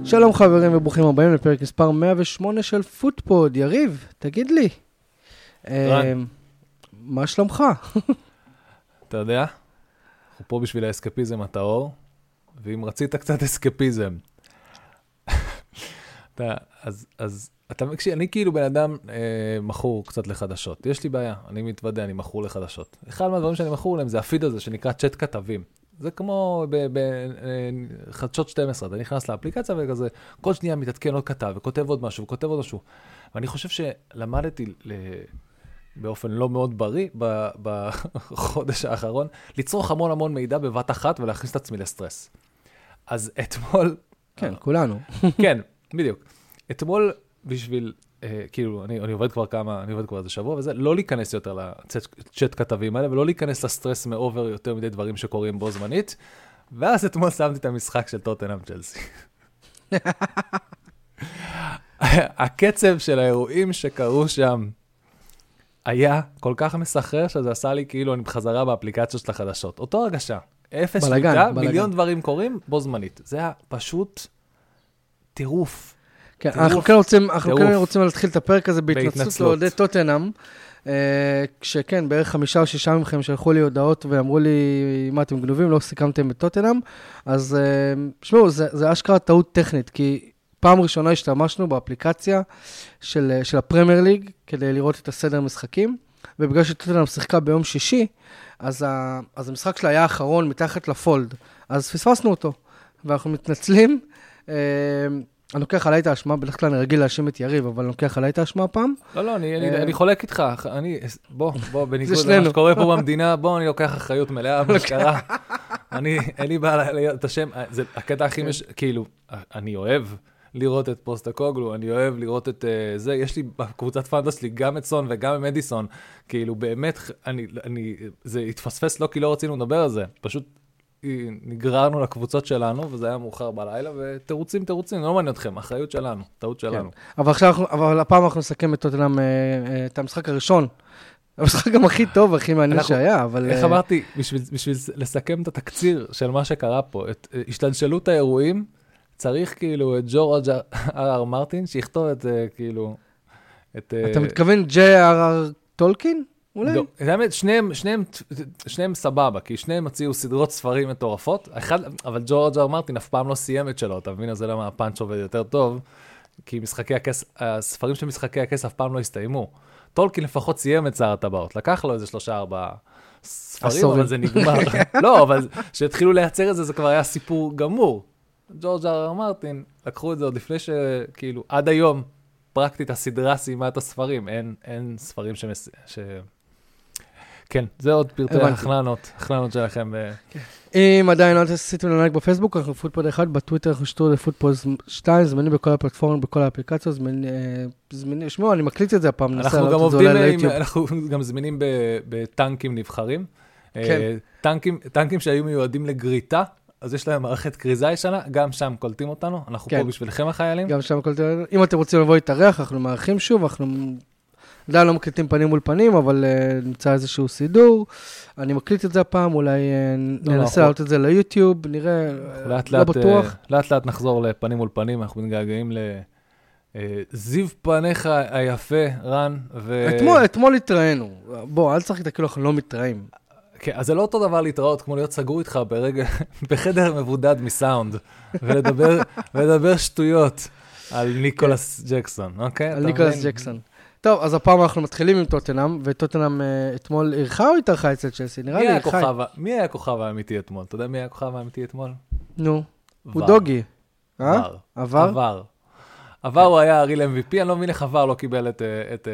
שלום חברים וברוכים הבאים לפרק מספר 108 של פוטפוד. יריב, תגיד לי, מה שלומך? אתה יודע, אנחנו פה בשביל האסקפיזם הטהור, ואם רצית קצת אסקפיזם, אז אתה מקשיב, אני כאילו בן אדם מכור קצת לחדשות. יש לי בעיה, אני מתוודא, אני מכור לחדשות. אחד מהדברים שאני מכור להם זה הפיד הזה שנקרא צ'אט כתבים. זה כמו בחדשות 12, אתה נכנס לאפליקציה וכזה, כל שנייה מתעדכן עוד כתב וכותב עוד משהו וכותב עוד משהו. ואני חושב שלמדתי באופן לא מאוד בריא בחודש האחרון, לצרוך המון המון מידע בבת אחת ולהכניס את עצמי לסטרס. אז אתמול... כן, כולנו. כן, בדיוק. אתמול בשביל, כאילו, אני עובד כבר איזה שבוע, וזה לא להיכנס יותר לצ'אט כתבים האלה, ולא להיכנס לסטרס מאובר יותר מדי דברים שקורים בו זמנית, ואז אתמול שמתי את המשחק של טוטנהאם צ'לסי. הקצב של האירועים שקרו שם היה כל כך מסחרר, שזה עשה לי כאילו אני בחזרה באפליקציות של החדשות. אותו הרגשה, אפס שליטה, מיליון דברים קורים בו זמנית. זה היה פשוט טירוף. כן, אנחנו כן רוצים להתחיל את הפרק הזה בהתנצלות לאוהדי טוטנהאם, כשכן, בערך 5 או 6 מכם שלחו לי הודעות ואמרו לי, מה אתם גנובים, לא סיכמתם בטוטנהאם, אז שמעו, זה אשכרה טעות טכנית, כי פעם ראשונה השתמשנו באפליקציה של הפרמייר ליג, כדי לראות את הסדר משחקים, ובגלל שטוטנהאם שיחקה ביום שישי, אז המשחק שלה היה האחרון מתחת לפולד, אז פספסנו אותו, ואנחנו מתנצלים, אני לוקח עליי את האשמה, בדרך כלל אני רגיל להאשים את יריב, אבל אני לוקח עליי את האשמה פעם. לא, אני חולק איתך, בוא, בניגוד למה שקורה פה במדינה, אני לוקח אחריות מלאה, משקרה. אין לי בעיה להיות השם, הקטע הכי כאילו, אני אוהב לראות את פוסטקוגלו, אני אוהב לראות את זה, יש לי בקבוצת פנטס לי גם את סון וגם את מדיסון, כאילו באמת, זה התפספס לא כי לא רצינו לדבר על זה, פשוט נגררנו לקבוצות שלנו, וזה היה מאוחר בלילה, ותירוצים, לא מעניין אתכם, אחריות שלנו, טעות שלנו. אבל הפעם אנחנו נסכם את טוטנהאם, את המשחק הראשון, המשחק גם הכי טוב, הכי מעניין שהיה, אבל... איך אמרתי, בשביל לסכם את התקציר של מה שקרה פה, את השתלשלות האירועים, צריך כאילו את ג'ורג' אר מרטין, שיכתוב את כאילו... אתה מתכוון ג'י.אר.אר טולקין? לא, שניהם סבבה, כי שניהם הציעו סדרות ספרים מטורפות, אבל ג'ורג' אר מרטין אף פעם לא סיים את שלו, אתה מבין? אז זה למה הפאנץ' עובד יותר טוב, כי הספרים של משחקי הכס אף פעם לא הסתיימו. טולקין לפחות סיים את שר הטבעות, לקח לו איזה 3-4 ספרים, אבל זה נגמר. לא, אבל כשהתחילו לייצר את זה, זה כבר היה סיפור גמור. ג'ורג' אר מרטין לקחו את זה עוד לפני שכאילו, עד היום, פרקטית הסדרה סיימה את הספרים, אין ספרים כן, זה עוד פרטי הכננות שלכם. אם עדיין לא עשיתם ללייק בפייסבוק, אנחנו פוטפוד 1, בטוויטר אנחנו שתור לפוטפוד 2, זמינים בכל הפלטפורמות, בכל האפליקציות, זמינים, שמעו, אני מקליט את זה הפעם, אנחנו גם זמינים בטנקים נבחרים, טנקים שהיו מיועדים לגריטה, אז יש להם מערכת קריזה ישנה, גם שם קולטים אותנו, אנחנו פה בשבילכם החיילים. גם שם קולטים אותנו, אם אתם רוצים לבוא להתארח, אנחנו מארחים שוב, אנחנו עדיין לא מקליטים פנים מול פנים, אבל נמצא איזשהו סידור, אני מקליט את זה הפעם, אולי ננסה לעלות את זה ליוטיוב, נראה, לא בטוח. לאט לאט נחזור לפנים מול פנים, אנחנו מתגעגעים לזיו פניך היפה, רן. אתמול התראינו, בוא, אל צריך כאילו אנחנו לא מתראים. כן, אז זה לא אותו דבר להתראות, כמו להיות סגור איתך בחדר מבודד מסאונד, ולדבר שטויות על ניקולס ג'קסון, אוקיי? על ניקולס ג'קסון. טוב, אז הפעם אנחנו מתחילים עם טוטנהאם, וטוטנהאם אתמול אירחה או התארחה אצל צ'לסי? נראה לי אירחה. מי היה הכוכב האמיתי אתמול? אתה יודע מי היה הכוכב האמיתי אתמול? נו, הוא דוגי. עבר. עבר הוא היה הריל MVP, אני לא מבין איך עבר לא קיבל את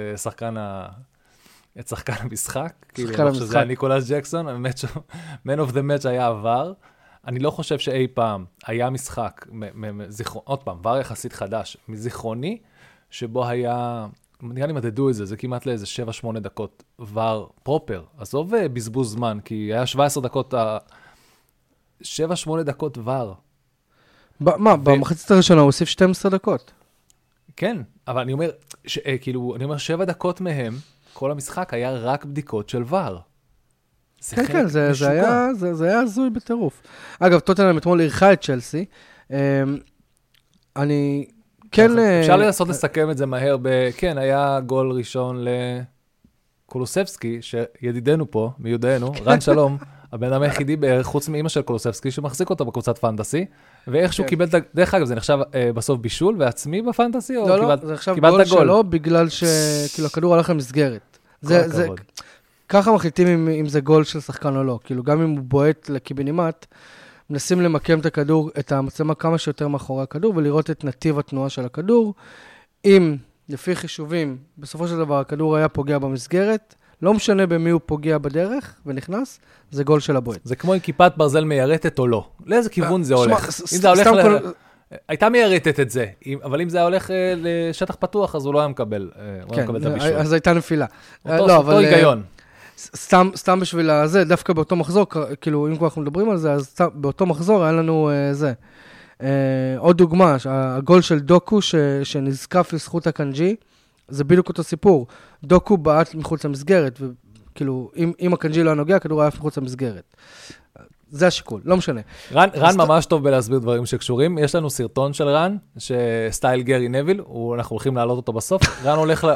שחקן המשחק. כאילו, שזה היה ניקולס ג'קסון, Man of the Match היה עבר. אני לא חושב שאי פעם היה משחק, עוד פעם, ור יחסית חדש, מזיכרוני, שבו היה... נראה לי מדדו את זה, זה כמעט לאיזה 7-8 דקות ור פרופר. עזוב בזבוז זמן, כי היה 17 דקות, 7-8 דקות ור. מה, במחצית הראשונה הוא הוסיף 12 דקות. כן, אבל אני אומר, כאילו, אני אומר 7 דקות מהם, כל המשחק היה רק בדיקות של ור. כן, זה היה הזוי בטירוף. אגב, טוטנהאם אתמול אירחה את צ'לסי, אני כן... אפשר לנסות לסכם את זה מהר כן, היה גול ראשון לקולוסבסקי, שידידנו פה, מיודענו, רן שלום, הבן אדם היחידי חוץ מאמא של קולוסבסקי, שמחזיק אותו בקבוצת פנטסי, ואיכשהו קיבל, דרך אגב, זה נחשב בסוף בישול ועצמי בפנטסי, או לא, זה עכשיו גול שלו, בגלל שכאילו הכדור הלך למסגרת. ככה מחליטים אם זה גול של שחקן או לא, כאילו גם אם הוא בועט לקיבינימט, מנסים למקם את הכדור, את המצלמה כמה שיותר מאחורי הכדור, ולראות את נתיב התנועה של הכדור. אם, לפי חישובים, בסופו של דבר הכדור היה פוגע במסגרת, לא משנה במי הוא פוגע בדרך ונכנס, זה גול של הבועט. זה כמו עם כיפת ברזל מיירטת או לא. לאיזה כיוון זה הולך? אם זה הולך הייתה מיירטת את זה, אבל אם זה היה הולך לשטח פתוח, אז הוא לא היה מקבל את הבישול. אז הייתה נפילה. אותו היגיון. סתם בשביל זה, דווקא באותו מחזור, כאילו אם כבר אנחנו מדברים על זה, אז באותו מחזור היה לנו זה. עוד דוגמה, הגול של דוקו שנזקף לזכות הקנג'י, זה בדיוק אותו סיפור. דוקו בעט מחוץ למסגרת, וכאילו אם הקנג'י לא נוגע, הכדור היה מחוץ למסגרת. זה השיקול, לא משנה. רן ממש טוב בלהסביר דברים שקשורים. יש לנו סרטון של רן, שסטייל גרי נביל, אנחנו הולכים להעלות אותו בסוף. רן הולך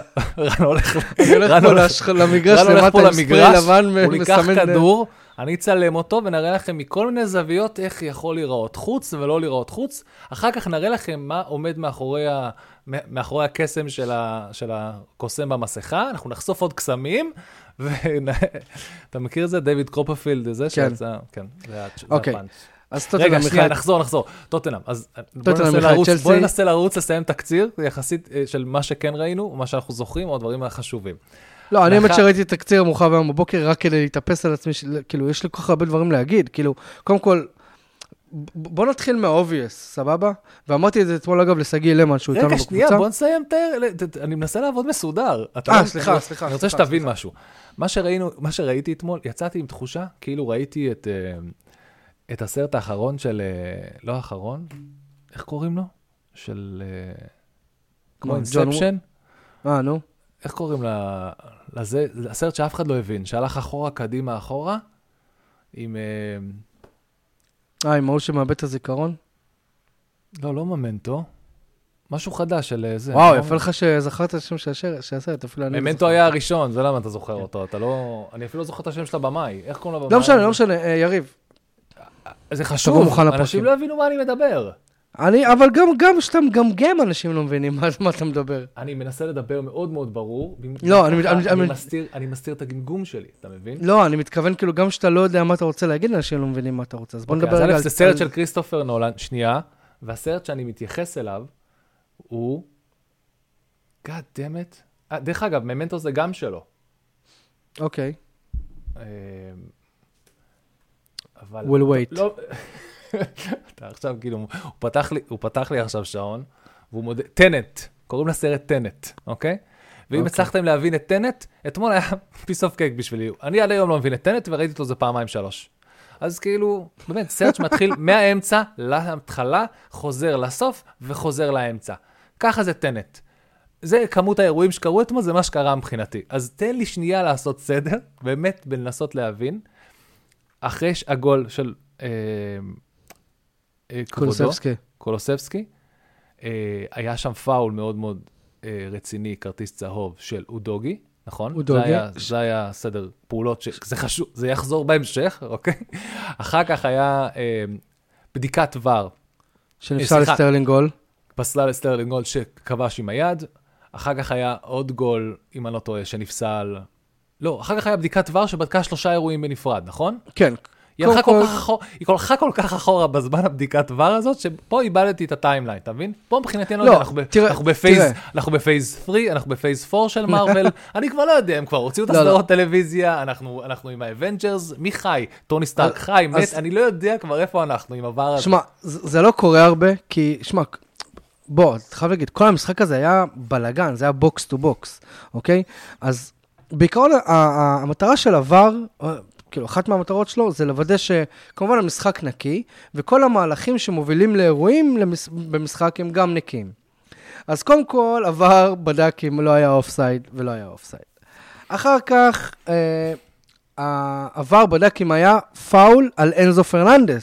למגרש, למטה עם ספרי לבן, הוא ייקח כדור, אני אצלם אותו ונראה לכם מכל מיני זוויות איך יכול להיראות חוץ ולא להיראות חוץ. אחר כך נראה לכם מה עומד מאחורי הקסם של הקוסם במסכה. אנחנו נחשוף עוד קסמים, אתה מכיר את זה? דיוויד קרופרפילד, זה שיצא, כן, זה הפאנץ'. רגע, שנייה, נחזור. טוטנהאם, אז בוא ננסה לרוץ לסיים תקציר, יחסית של מה שכן ראינו, ומה שאנחנו זוכרים, או הדברים החשובים. לא, אני האמת שראיתי את תקציר המורחב היום בבוקר, רק כדי להתאפס על עצמי, כאילו, יש לי כל כך הרבה דברים להגיד, כאילו, קודם כל, בוא נתחיל מהאובייס, סבבה? ואמרתי את זה אתמול, אגב, לסגי למן, שהוא איתנו בקבוצה. רגע, שנייה, בוא נסיים, אני מנסה לעבוד מסודר. סליחה. אני רוצה שתבין משהו. מה שראיתי אתמול, יצאתי עם תחושה, כאילו ראיתי את הסרט האחרון של, לא האחרון, איך קוראים לו? של, כמו אינספשן? נו. איך קוראים לזה? הסרט שאף אחד לא הבין, שהלך אחורה, קדימה, אחורה, עם ההוא שמאבד את הזיכרון? לא ממנטו. משהו חדש של זה. וואו, יפה לך שזכרת את השם של הסרט, אפילו אני... ממנטו היה הראשון, זה למה אתה זוכר אותו. אני אפילו לא זוכר את השם של הבמאי. איך קוראים לבמאי? לא משנה, יריב. זה חשוב, אנשים לא הבינו מה אני מדבר. אבל גם אנשים לא מבינים מה אתה מדבר. אני מנסה לדבר מאוד מאוד ברור. לא, אני מסתיר את הגמגום שלי, אתה מבין? לא, אני מתכוון כאילו גם שאתה לא יודע מה אתה רוצה להגיד, אנשים לא מבינים מה אתה רוצה. אז בוא נדבר רגע על... זה סרט של כריסטופר נולן, שנייה, והסרט שאני מתייחס אליו הוא... God damn it. דרך אגב, ממנטו זה גם שלו. אוקיי. אבל... We'll wait. אתה עכשיו כאילו, הוא פתח לי עכשיו שעון, והוא מודה, טנט, קוראים לסרט טנט, אוקיי? ואם הצלחתם להבין את טנט, אתמול היה פיס אוף קייק בשבילי. אני עד היום לא מבין את טנט, וראיתי אותו זה 2-3. אז כאילו, באמת, סרט שמתחיל מהאמצע להתחלה, חוזר לסוף, וחוזר לאמצע. ככה זה טנט. זה כמות האירועים שקרו אתמול, זה מה שקרה מבחינתי. אז תן לי שנייה לעשות סדר, באמת בלנסות להבין, אחרי הגול של... קולוסבסקי, היה שם פאול מאוד מאוד רציני, כרטיס צהוב של אודוגי, נכון? זה היה סדר פעולות, זה חשוב, זה יחזור בהמשך, אוקיי? אחר כך היה בדיקת ור. שנפסל לסטרלינג גול. פסלה לסטרלינג גול שכבש עם היד, אחר כך היה עוד גול, אם אני לא טועה, שנפסל, לא, אחר כך היה בדיקת ור שבדקה 3 אירועים בנפרד, נכון? כן. היא הולכה כל כך אחורה בזמן הבדיקת דבר הזאת, שפה איבדתי את הטיימליין, אתה מבין? פה מבחינתי אני לא יודע, אנחנו בפייז 3, אנחנו בפייז 4 של מרוול, אני כבר לא יודע, הם כבר הוציאו את הסדרות טלוויזיה, אנחנו עם האבנג'רס, מי חי? טוני סטארק חי, מת, אני לא יודע כבר איפה אנחנו עם עבר הזה. שמע, זה לא קורה הרבה, כי, שמע, בוא, אתה חייב להגיד, כל המשחק הזה היה בלגן, זה היה בוקס טו בוקס, אוקיי? אז בעיקרון, המטרה של עבר, כאילו, אחת מהמטרות שלו זה לוודא שכמובן המשחק נקי, וכל המהלכים שמובילים לאירועים במשחק הם גם נקיים. אז קודם כל, עבר בדק אם לא היה אופסייד ולא היה אופסייד. אחר כך, עבר בדק אם היה פאול על אנזו פרננדס,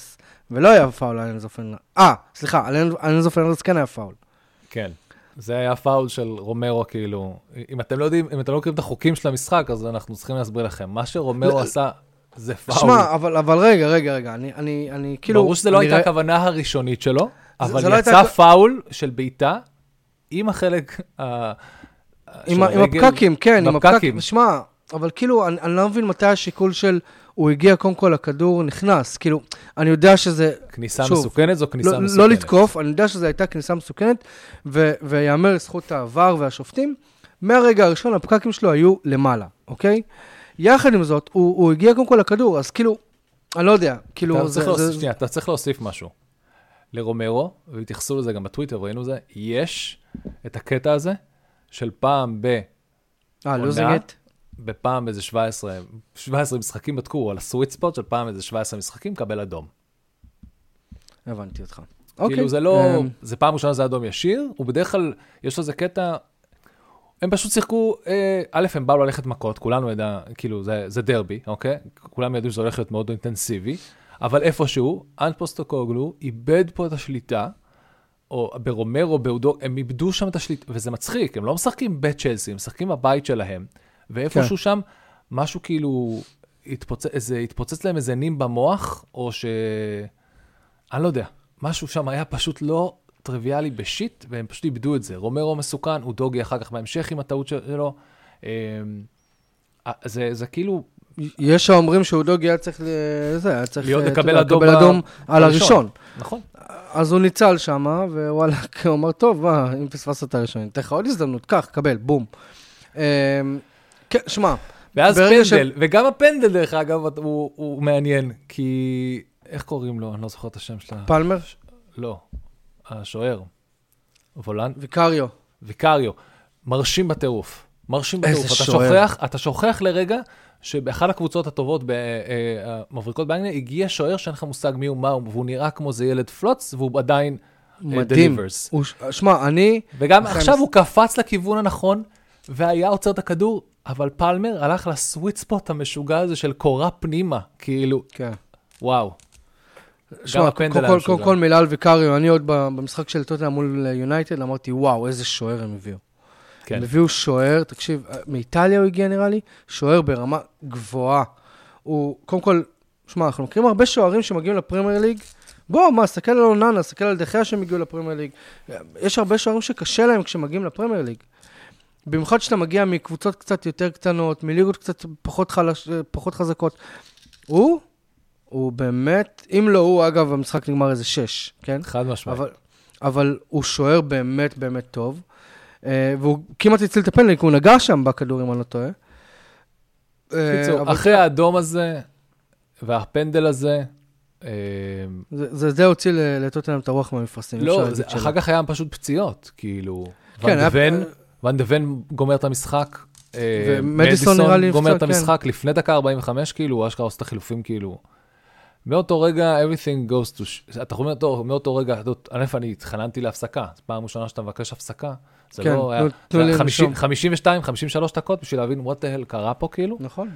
ולא היה פאול על אנזו פרננדס. סליחה, על אנזו פרננדס כן היה פאול. כן. זה היה פאול של רומרו, כאילו, אם אתם לא יודעים, אם אתם לא מכירים את החוקים של המשחק, אז אנחנו צריכים להסביר לכם. מה שרומרו עשה, זה פאול. שמע, אבל רגע, אני כאילו... ברור שזה לא הייתה הכוונה הראשונית שלו, אבל יצא פאול של בעיטה, עם החלק... עם הפקקים, כן, עם הפקקים. שמע, אבל כאילו, אני לא מבין מתי השיקול של... הוא הגיע קודם כל לכדור, נכנס, כאילו, אני יודע שזה... כניסה מסוכנת זו כניסה מסוכנת. לא לתקוף, אני יודע שזו הייתה כניסה מסוכנת, ויאמר לזכות העבר והשופטים, מהרגע הראשון הפקקים שלו היו למעלה, אוקיי? יחד עם זאת, הוא הגיע קודם כל לכדור, אז כאילו, אני לא יודע, כאילו... אתה צריך להוסיף משהו לרומרו, והתייחסו לזה גם בטוויטר, ראינו זה, יש את הקטע הזה, של פעם לוזינגט? בפעם איזה 17 משחקים בדקו על הסוויט ספוט של פעם איזה 17 משחקים, קבל אדום. הבנתי אותך. כאילו זה לא, זה פעם ראשונה זה אדום ישיר, ובדרך כלל יש לזה קטע, הם פשוט שיחקו, א', הם באו ללכת מכות, כולנו ידע, כאילו זה דרבי, אוקיי? כולם ידעו שזה הולך להיות מאוד אינטנסיבי, אבל איפשהו, אנפוסטוקוגלו איבד פה את השליטה, או ברומרו, באודו, הם איבדו שם את השליטה, וזה מצחיק, הם לא משחקים בצ'לסי, הם משחקים בבית שלהם, ואיפשהו שם, משהו כאילו, התפוצץ להם איזה נים במוח, או אני לא יודע, משהו שם היה פשוט לא טריוויאלי בשיט, והם פשוט איבדו את זה. רומרו מסוכן, הוא דוגי אחר כך בהמשך עם הטעות שלו. זה כאילו... יש האומרים שהוא דוגי היה צריך לקבל אדום על הראשון. נכון. אז הוא ניצל שם, ווואלה, הוא אמר, טוב, אם פספסת את הראשון, תלך עוד הזדמנות, כך, קבל, בום. שמע. ואז פנדל, וגם הפנדל דרך אגב, הוא מעניין, כי איך קוראים לו? אני לא זוכר את השם שלה. פלמר? לא, השוער. וולנט? ויקריו. מרשים בטירוף. איזה שוער. אתה שוכח לרגע שבאחת הקבוצות הטובות במבריקות באנגליה, הגיע שוער שאין לך מושג מי הוא מה, והוא נראה כמו זה ילד פלוץ, והוא עדיין דליברס. שמע, וגם עכשיו הוא קפץ לכיוון הנכון, והיה עוצר את הכדור, אבל פלמר הלך לסוויט ספוט המשוגע הזה של קורה פנימה, כאילו, וואו. שמע, קודם כל מילה על ויקריו, אני עוד במשחק של טוטנהאם מול יונייטד, אמרתי, וואו, איזה שוער הם הביאו. הם הביאו שוער, תקשיב, מאיטליה הוא הגיע נראה לי, שוער ברמה גבוהה. הוא, קודם כל, שמע, אנחנו מכירים הרבה שוערים שמגיעים לפרמייר ליג, סתכל על אוננה, סתכל על דחיה שהם הגיעו לפרמייר ליג. יש הרבה שוערים שקשה להם כשמגיעים לפרמייר ליג. במיוחד שאתה מגיע מקבוצות קצת יותר קטנות, מליגות קצת פחות חזקות. הוא באמת, אם לא הוא, אגב, המשחק נגמר איזה 6, כן? חד משמעית. אבל הוא שוער באמת באמת טוב, והוא כמעט הציל את הפנדל, כי הוא נגע שם בכדור, אם אני לא טועה. אחרי האדום הזה, והפנדל הזה, זה הוציא לטוטנהאם את הרוח מהמפרשים. לא, אחר כך היה פשוט פציעות, כאילו. ון דוון גומר את המשחק, ומדיסון נראה לי גומר את המשחק לפני דקה 45, כאילו, הוא אשכרה עושה את החילופים, כאילו. מאותו רגע, everything goes to... אתה חושב מאותו רגע, אני התחננתי להפסקה, פעם ראשונה שאתה מבקש הפסקה, זה לא היה 52, 53 דקות, בשביל להבין what the hell קרה פה, כאילו. נכון.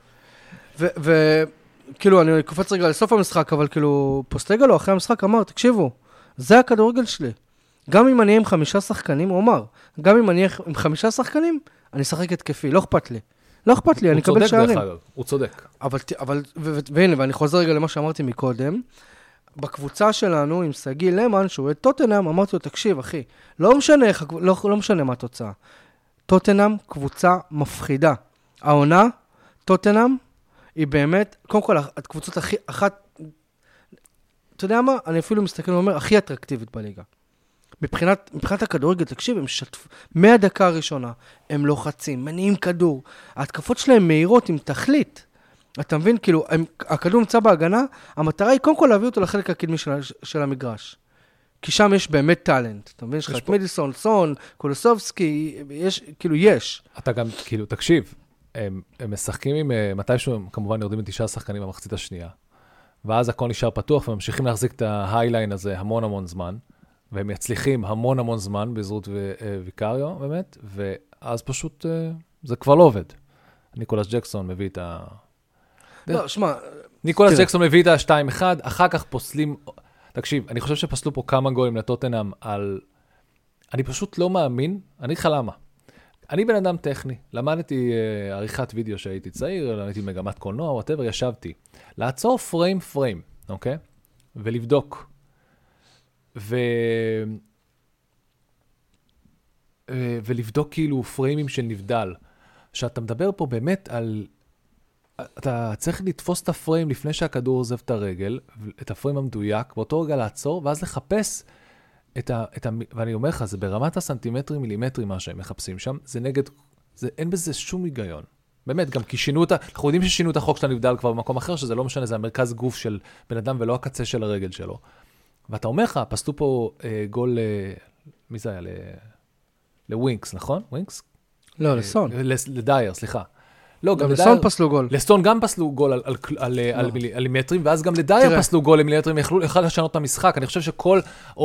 וכאילו, אני קופץ רגע לסוף המשחק, אבל כאילו, פוסטגלו אחרי המשחק אמר, תקשיבו, זה הכדורגל שלי. גם אם אני אהיה עם 5 שחקנים, הוא אמר, גם אם אני אהיה עם 5 שחקנים, אני אשחק התקפי, לא אכפת לי, אני אקבל שערים. הוא צודק. אבל, והנה, ואני חוזר רגע למה שאמרתי מקודם, בקבוצה שלנו, עם סגי למן, שהוא את טוטנהאם, אמרתי לו, תקשיב, אחי, לא משנה מה התוצאה. טוטנהאם, קבוצה מפחידה. העונה, טוטנהאם, היא באמת, קודם כל, הקבוצות אחת, אתה יודע מה? אני אפילו מסתכל ואומר, הכי אטרקטיבית בליגה. מבחינת הכדורגל, תקשיב, הם שטפו, מהדקה הראשונה, הם לוחצים, מניעים כדור, ההתקפות שלהם מהירות עם תכלית, אתה מבין, כאילו, הכדור נמצא בהגנה, המטרה היא קודם כל להביא אותו לחלק הקדמי של המגרש, כי שם יש באמת טלנט, אתה מבין, יש לך את מדיסון, סון, קולוסובסקי, יש. אתה גם, כאילו, תקשיב, הם משחקים עם, מתישהו הם כמובן יורדים את 9 שחקנים במחצית השנייה, ואז הכל נשאר פתוח, וממשיכים להחזיק את ההייליין הזה המון זמן, והם מצליחים המון זמן בעזרות ויקריו, באמת, ואז פשוט זה כבר לא עובד. ניקולס ג'קסון מביא את ה... לא, שמע, ניקולס ג'קסון מביא את ה-2-1, אחר כך פוסלים, תקשיב, אני חושב שפסלו פה כמה גולים לטוטנהאם על, אני פשוט לא מאמין, אני אגיד לך למה. אני בן אדם טכני, למדתי עריכת וידאו שהייתי צעיר, למדתי מגמת קולנוע, whatever, ישבתי. לעצור פריים, אוקיי? ולבדוק. ולבדוק כאילו פריימים של נבדל. שאתה מדבר פה באמת על, אתה צריך לתפוס את הפריים לפני שהכדור עוזב את הרגל, את הפריים המדויק, באותו רגע לעצור, ואז לחפש ואני אומר לך, זה ברמת הסנטימטרים, מילימטרים, מה שהם מחפשים שם, זה נגד, אין בזה שום היגיון. באמת, גם כי שינו אנחנו יודעים ששינו את החוק של הנבדל כבר במקום אחר, שזה לא משנה, זה המרכז גוף של בן אדם ולא הקצה של הרגל שלו. ואתה אומר לך, פסלו פה גול, מי זה היה? לווינקס, נכון? ווינקס? לא, לסון. לדייר, סליחה. לא, גם לסון פסלו גול. לסון גם פסלו גול על מילימטרים, ואז גם לדייר פסלו גול למילימטרים, יכלו לשנות את המשחק. אני חושב שכל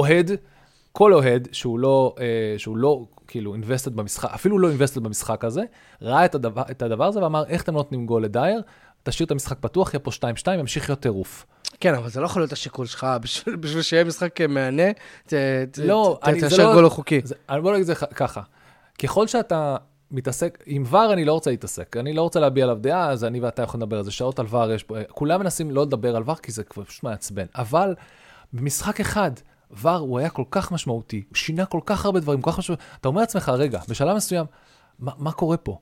אוהד שהוא לא כאילו invested במשחק, אפילו לא invested במשחק הזה, ראה את הדבר הזה ואמר, איך אתם נותנים גול לדייר? תשאיר את המשחק פתוח, יהיה פה 2-2, ימשיך להיות טירוף. כן, אבל זה לא יכול להיות השיקול שלך, בשביל שיהיה משחק מהנה, תשאיר גול לא חוקי. בוא נגיד את זה ככה, ככל שאתה מתעסק, עם ור אני לא רוצה להתעסק, אני לא רוצה להביע עליו דעה, אז אני ואתה יכולים לדבר על זה, שעות על ור, כולם מנסים לא לדבר על ור, כי זה כבר פשוט מעצבן, אבל במשחק אחד, ור הוא היה כל כך משמעותי, הוא שינה כל כך הרבה דברים, כל כך משמעותי, אתה אומר לעצמך, רגע, בשלב מסוים, מה קורה פה?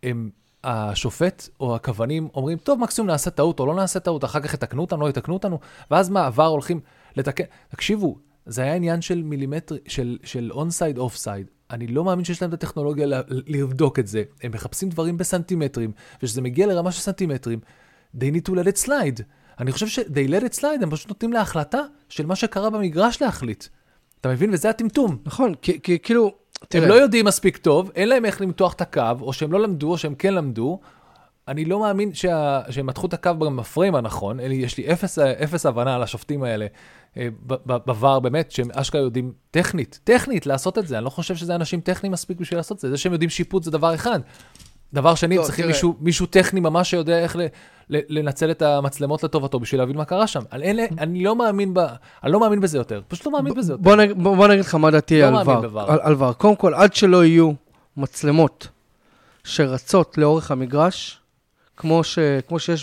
השופט או הכוונים אומרים, טוב, מקסימום נעשה טעות או לא נעשה טעות, אחר כך יתקנו אותנו, לא יתקנו אותנו, ואז מה, ור הולכים לתקן, תקשיבו, זה היה עניין של מילימטר, של on-side, off-side, אני לא מאמין שיש להם את הטכנולוגיה לבדוק את זה, הם מחפשים דברים בסנטימטרים, ושזה מגיע לרמה של סנטימטרים, they need to let it slide. אני חושב ש-they let it slide, הם פשוט נותנים להחלטה של מה שקרה במגרש להחליט. אתה מבין? וזה הטמטום. נכון, כי כאילו, הם לא יודעים מספיק טוב, אין להם איך למתוח את הקו, או שהם לא למדו, או שהם כן למדו. אני לא מאמין שהם מתחו את הקו במפריים הנכון, יש לי אפס הבנה על השופטים האלה, בעבר באמת, שהם אשכרה יודעים טכנית לעשות את זה. אני לא חושב שזה אנשים טכניים מספיק בשביל לעשות את זה. זה שהם יודעים שיפוט זה דבר אחד. דבר שני, צריכים מישהו טכני ממש שיודע איך לנצל את המצלמות לטובתו בשביל להבין מה קרה שם. אני לא מאמין בזה יותר. פשוט לא מאמין בזה יותר. בוא נגיד לך מה דעתי על ור. קודם כל, עד שלא יהיו מצלמות שרצות לאורך המגרש, כמו שיש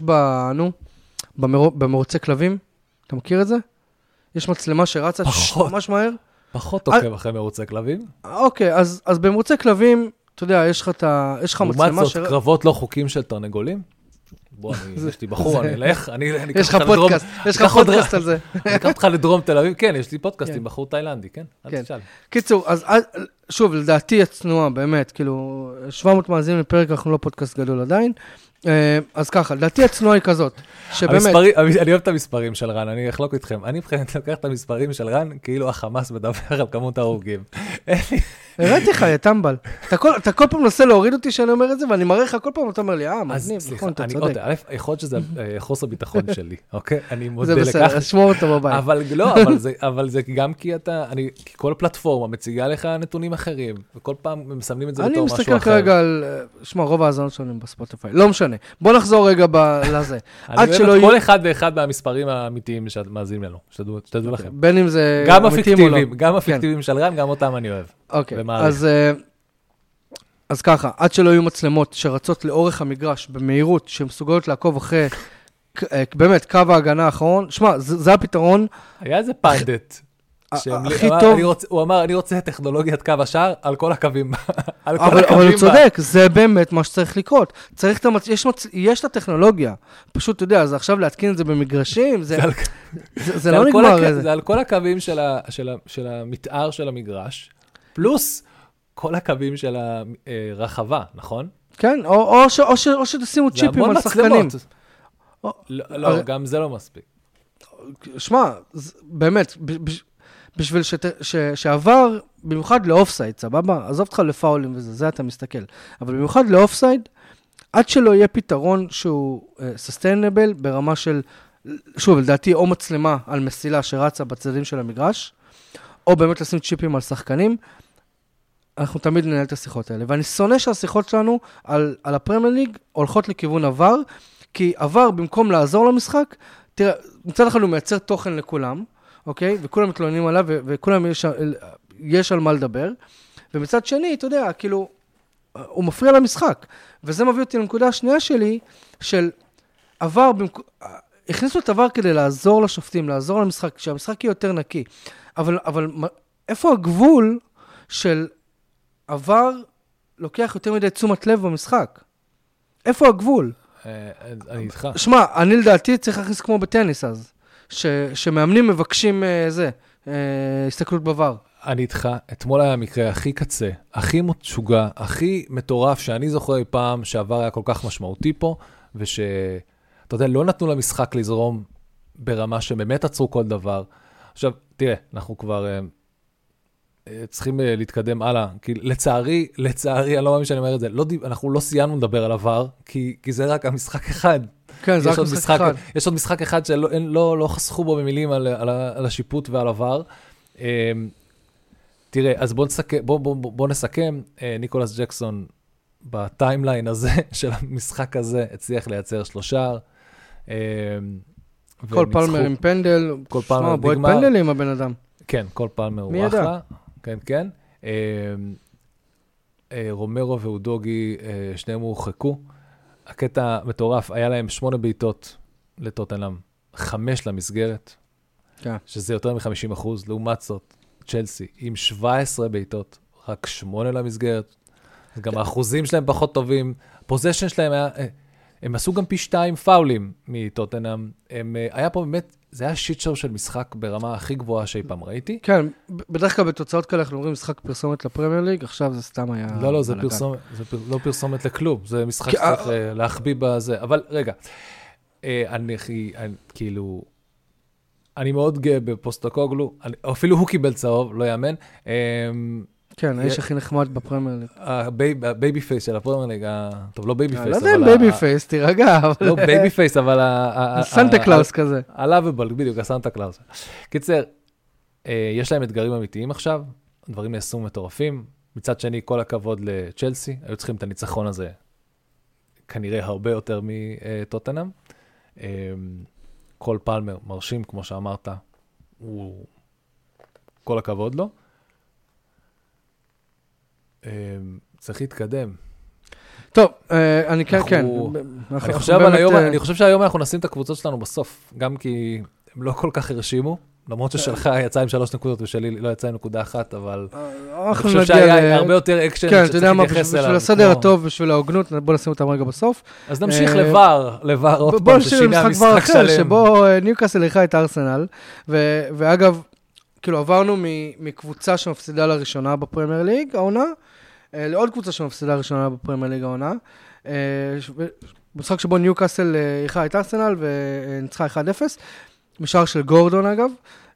במרוצי כלבים, אתה מכיר את זה? יש מצלמה שרצה ממש מהר. פחות עוקב אחרי מרוצי כלבים. אוקיי, אז במרוצי כלבים, אתה יודע, יש לך מצלמה לעומת זאת, קרבות לא חוקים של תרנגולים? בוא, יש לי בחור, אני אלך, יש לך פודקאסט על זה. אני אקח אותך לדרום תל אביב, כן, יש לי פודקאסט עם בחור תאילנדי, כן? אל תשאל. קיצור, אז שוב, לדעתי הצנועה, באמת, כאילו, 700 מאזינים לפרק, אנחנו לא פודקאסט גדול עדיין, אז ככה, לדעתי הצנועה היא כזאת, שבאמת... אני אוהב את המספרים של רן, אני אחלוק איתכם, אני מבחינת לוקח את המספרים של רן, כאילו החמאס מדבר על כמות ההרוגים. הראיתי לך, יא טמבל. אתה כל פעם מנסה להוריד אותי שאני אומר את זה, ואני מראה לך כל פעם, אתה אומר לי, מגניב, נכון, אתה צודק. יכול להיות שזה חוסר ביטחון שלי, אוקיי? אני מודה לכך. זה בסדר, שמור אותו בבית. אבל זה גם כי כל פלטפורמה מציגה לך נתונים אחרים, וכל פעם מסמנים את זה בתור משהו אחר. אני מסתכל כרגע על, שמע, רוב האזנות שלנו בספוטיפיי. לא משנה. בוא נחזור רגע לזה. אני אוהב את כל אחד ואחד מהמספרים האמיתיים שאת מאזינים לנו, שתדעו לכם. בין אם זה אמיתיים או לא. גם הפיקטיביים של רן, גם אותם אני אוהב. אוקיי, אז ככה, עד שלא יהיו מצלמות שרצות לאורך המגרש במהירות, שמסוגלות לעקוב אחרי, באמת, קו ההגנה האחרון, שמע, זה הפתרון. היה איזה פנדט. הכי טוב. הוא אמר, אני רוצה טכנולוגיית קו השער על כל הקווים. אבל הוא צודק, זה באמת מה שצריך לקרות. יש את הטכנולוגיה. פשוט, אתה יודע, אז עכשיו להתקין את זה במגרשים, זה לא נגמר. זה על כל הקווים של המתאר של המגרש, פלוס כל הקווים של הרחבה, נכון? כן, או שתשימו צ'יפים על שחקנים. לא, גם זה לא מספיק. שמע, באמת, בשביל שעבר, במיוחד לאופסייד, סבבה? עזוב אותך לפאולים וזה, זה אתה מסתכל. אבל במיוחד לאופסייד, עד שלא יהיה פתרון שהוא sustainable ברמה של, שוב, לדעתי, או מצלמה על מסילה שרצה בצדדים של המגרש, או באמת לשים צ'יפים על שחקנים, אנחנו תמיד ננהל את השיחות האלה. ואני שונא שהשיחות שלנו על הפרמייר ליג הולכות לכיוון עבר, כי עבר במקום לעזור למשחק, תראה, מצד אחד הוא מייצר תוכן לכולם, אוקיי? וכולם מתלוננים עליו, וכולם יש על מה לדבר, ומצד שני, אתה יודע, כאילו, הוא מפריע למשחק. וזה מביא אותי לנקודה השנייה שלי, של עבר, הכניסו את עבר כדי לעזור לשופטים, לעזור למשחק, שהמשחק יהיה יותר נקי. אבל איפה הגבול של עבר לוקח יותר מדי תשומת לב במשחק? איפה הגבול? אני איתך. שמע, אני לדעתי צריך להכניס כמו בטניס אז, שמאמנים מבקשים הסתכלות בעבר. אני איתך, אתמול היה המקרה הכי קצה, הכי משוגע, הכי מטורף, שאני זוכר פעם שעבר היה כל כך משמעותי פה, אתה יודע, לא נתנו למשחק לזרום ברמה שבאמת עצרו כל דבר. עכשיו, תראה, אנחנו כבר צריכים להתקדם הלאה, כי לצערי, אני לא מאמין שאני אומר את זה, אנחנו לא סיימנו לדבר על עבר, כי זה רק המשחק אחד. כן, זה רק משחק אחד. יש עוד משחק אחד שלא חסכו בו במילים על השיפוט ועל עבר. תראה, אז בוא נסכם, ניקולס ג'קסון בטיימליין הזה של המשחק הזה הצליח לייצר 3 שער. כל פלמר עם פנדל, בועט פנדל עם הבן אדם. כן, כל פלמר הוא אחלה. כן, כן. רומרו ואודוגי, שניהם הורחקו. הקטע מטורף, היה להם 8 בעיטות לטוטנהאם, 5 למסגרת, שזה יותר מ-50%, לעומת זאת, צ'לסי, עם 17 בעיטות, רק 8 למסגרת. גם האחוזים שלהם פחות טובים, הפוזיישן שלהם היה, הם עשו גם פי 2 פאולים מטוטנהאם, היה פה באמת, זה היה שיט שואו של משחק ברמה הכי גבוהה שאי פעם ראיתי. כן, בדרך כלל בתוצאות כאלה אנחנו אומרים משחק פרסומת לפרמייר ליג, עכשיו זה סתם היה... לא, זה לא פרסומת לכלום, זה משחק שצריך להחביא בזה, אבל רגע, כאילו, אני מאוד גאה בפוסטקוגלו, אפילו הוא קיבל צהוב, לא יאמן. כן, האיש הכי נחמד בפרמייר ליג. הבייבי פייס של הפרמייר ליג, טוב, לא בייבי פייס, אבל... לא יודע, בייבי פייס, תירגע. לא בייבי פייס, אבל... סנטה קלאוס כזה. הלאביבל, בדיוק, הסנטה קלאוס. קיצר, יש להם אתגרים אמיתיים עכשיו, דברים נעשו מטורפים, מצד שני, כל הכבוד לצ'לסי, היו צריכים את הניצחון הזה, כנראה הרבה יותר מטוטנהאם. כל פלמר מרשים, כמו שאמרת, הוא... כל הכבוד לו. צריך להתקדם. טוב, אני כן. אני חושב שהיום אנחנו נשים את הקבוצות שלנו בסוף, גם כי הם לא כל כך הרשימו, למרות ששלך יצא עם 3 נקודות ושלי לא יצא עם נקודה אחת, אבל אני חושב שהיה הרבה יותר אקשן שצריך להתייחס אליו. בשביל הסדר הטוב, בשביל ההוגנות, בוא נשים אותם רגע בסוף. אז נמשיך לבר עוד פעם, ששינה משחק שלם. שבו ניוקאסל אירחה את ארסנל, ואגב, כאילו עברנו מקבוצה שמפסידה לראשונה בפרמייר ליג, העונה, לעוד קבוצה שמפסידה לראשונה בפרמייר ליג, העונה. משחק שבו ניוקאסל אירחה את ארסנל וניצחה 1-0, משער של גורדון אגב.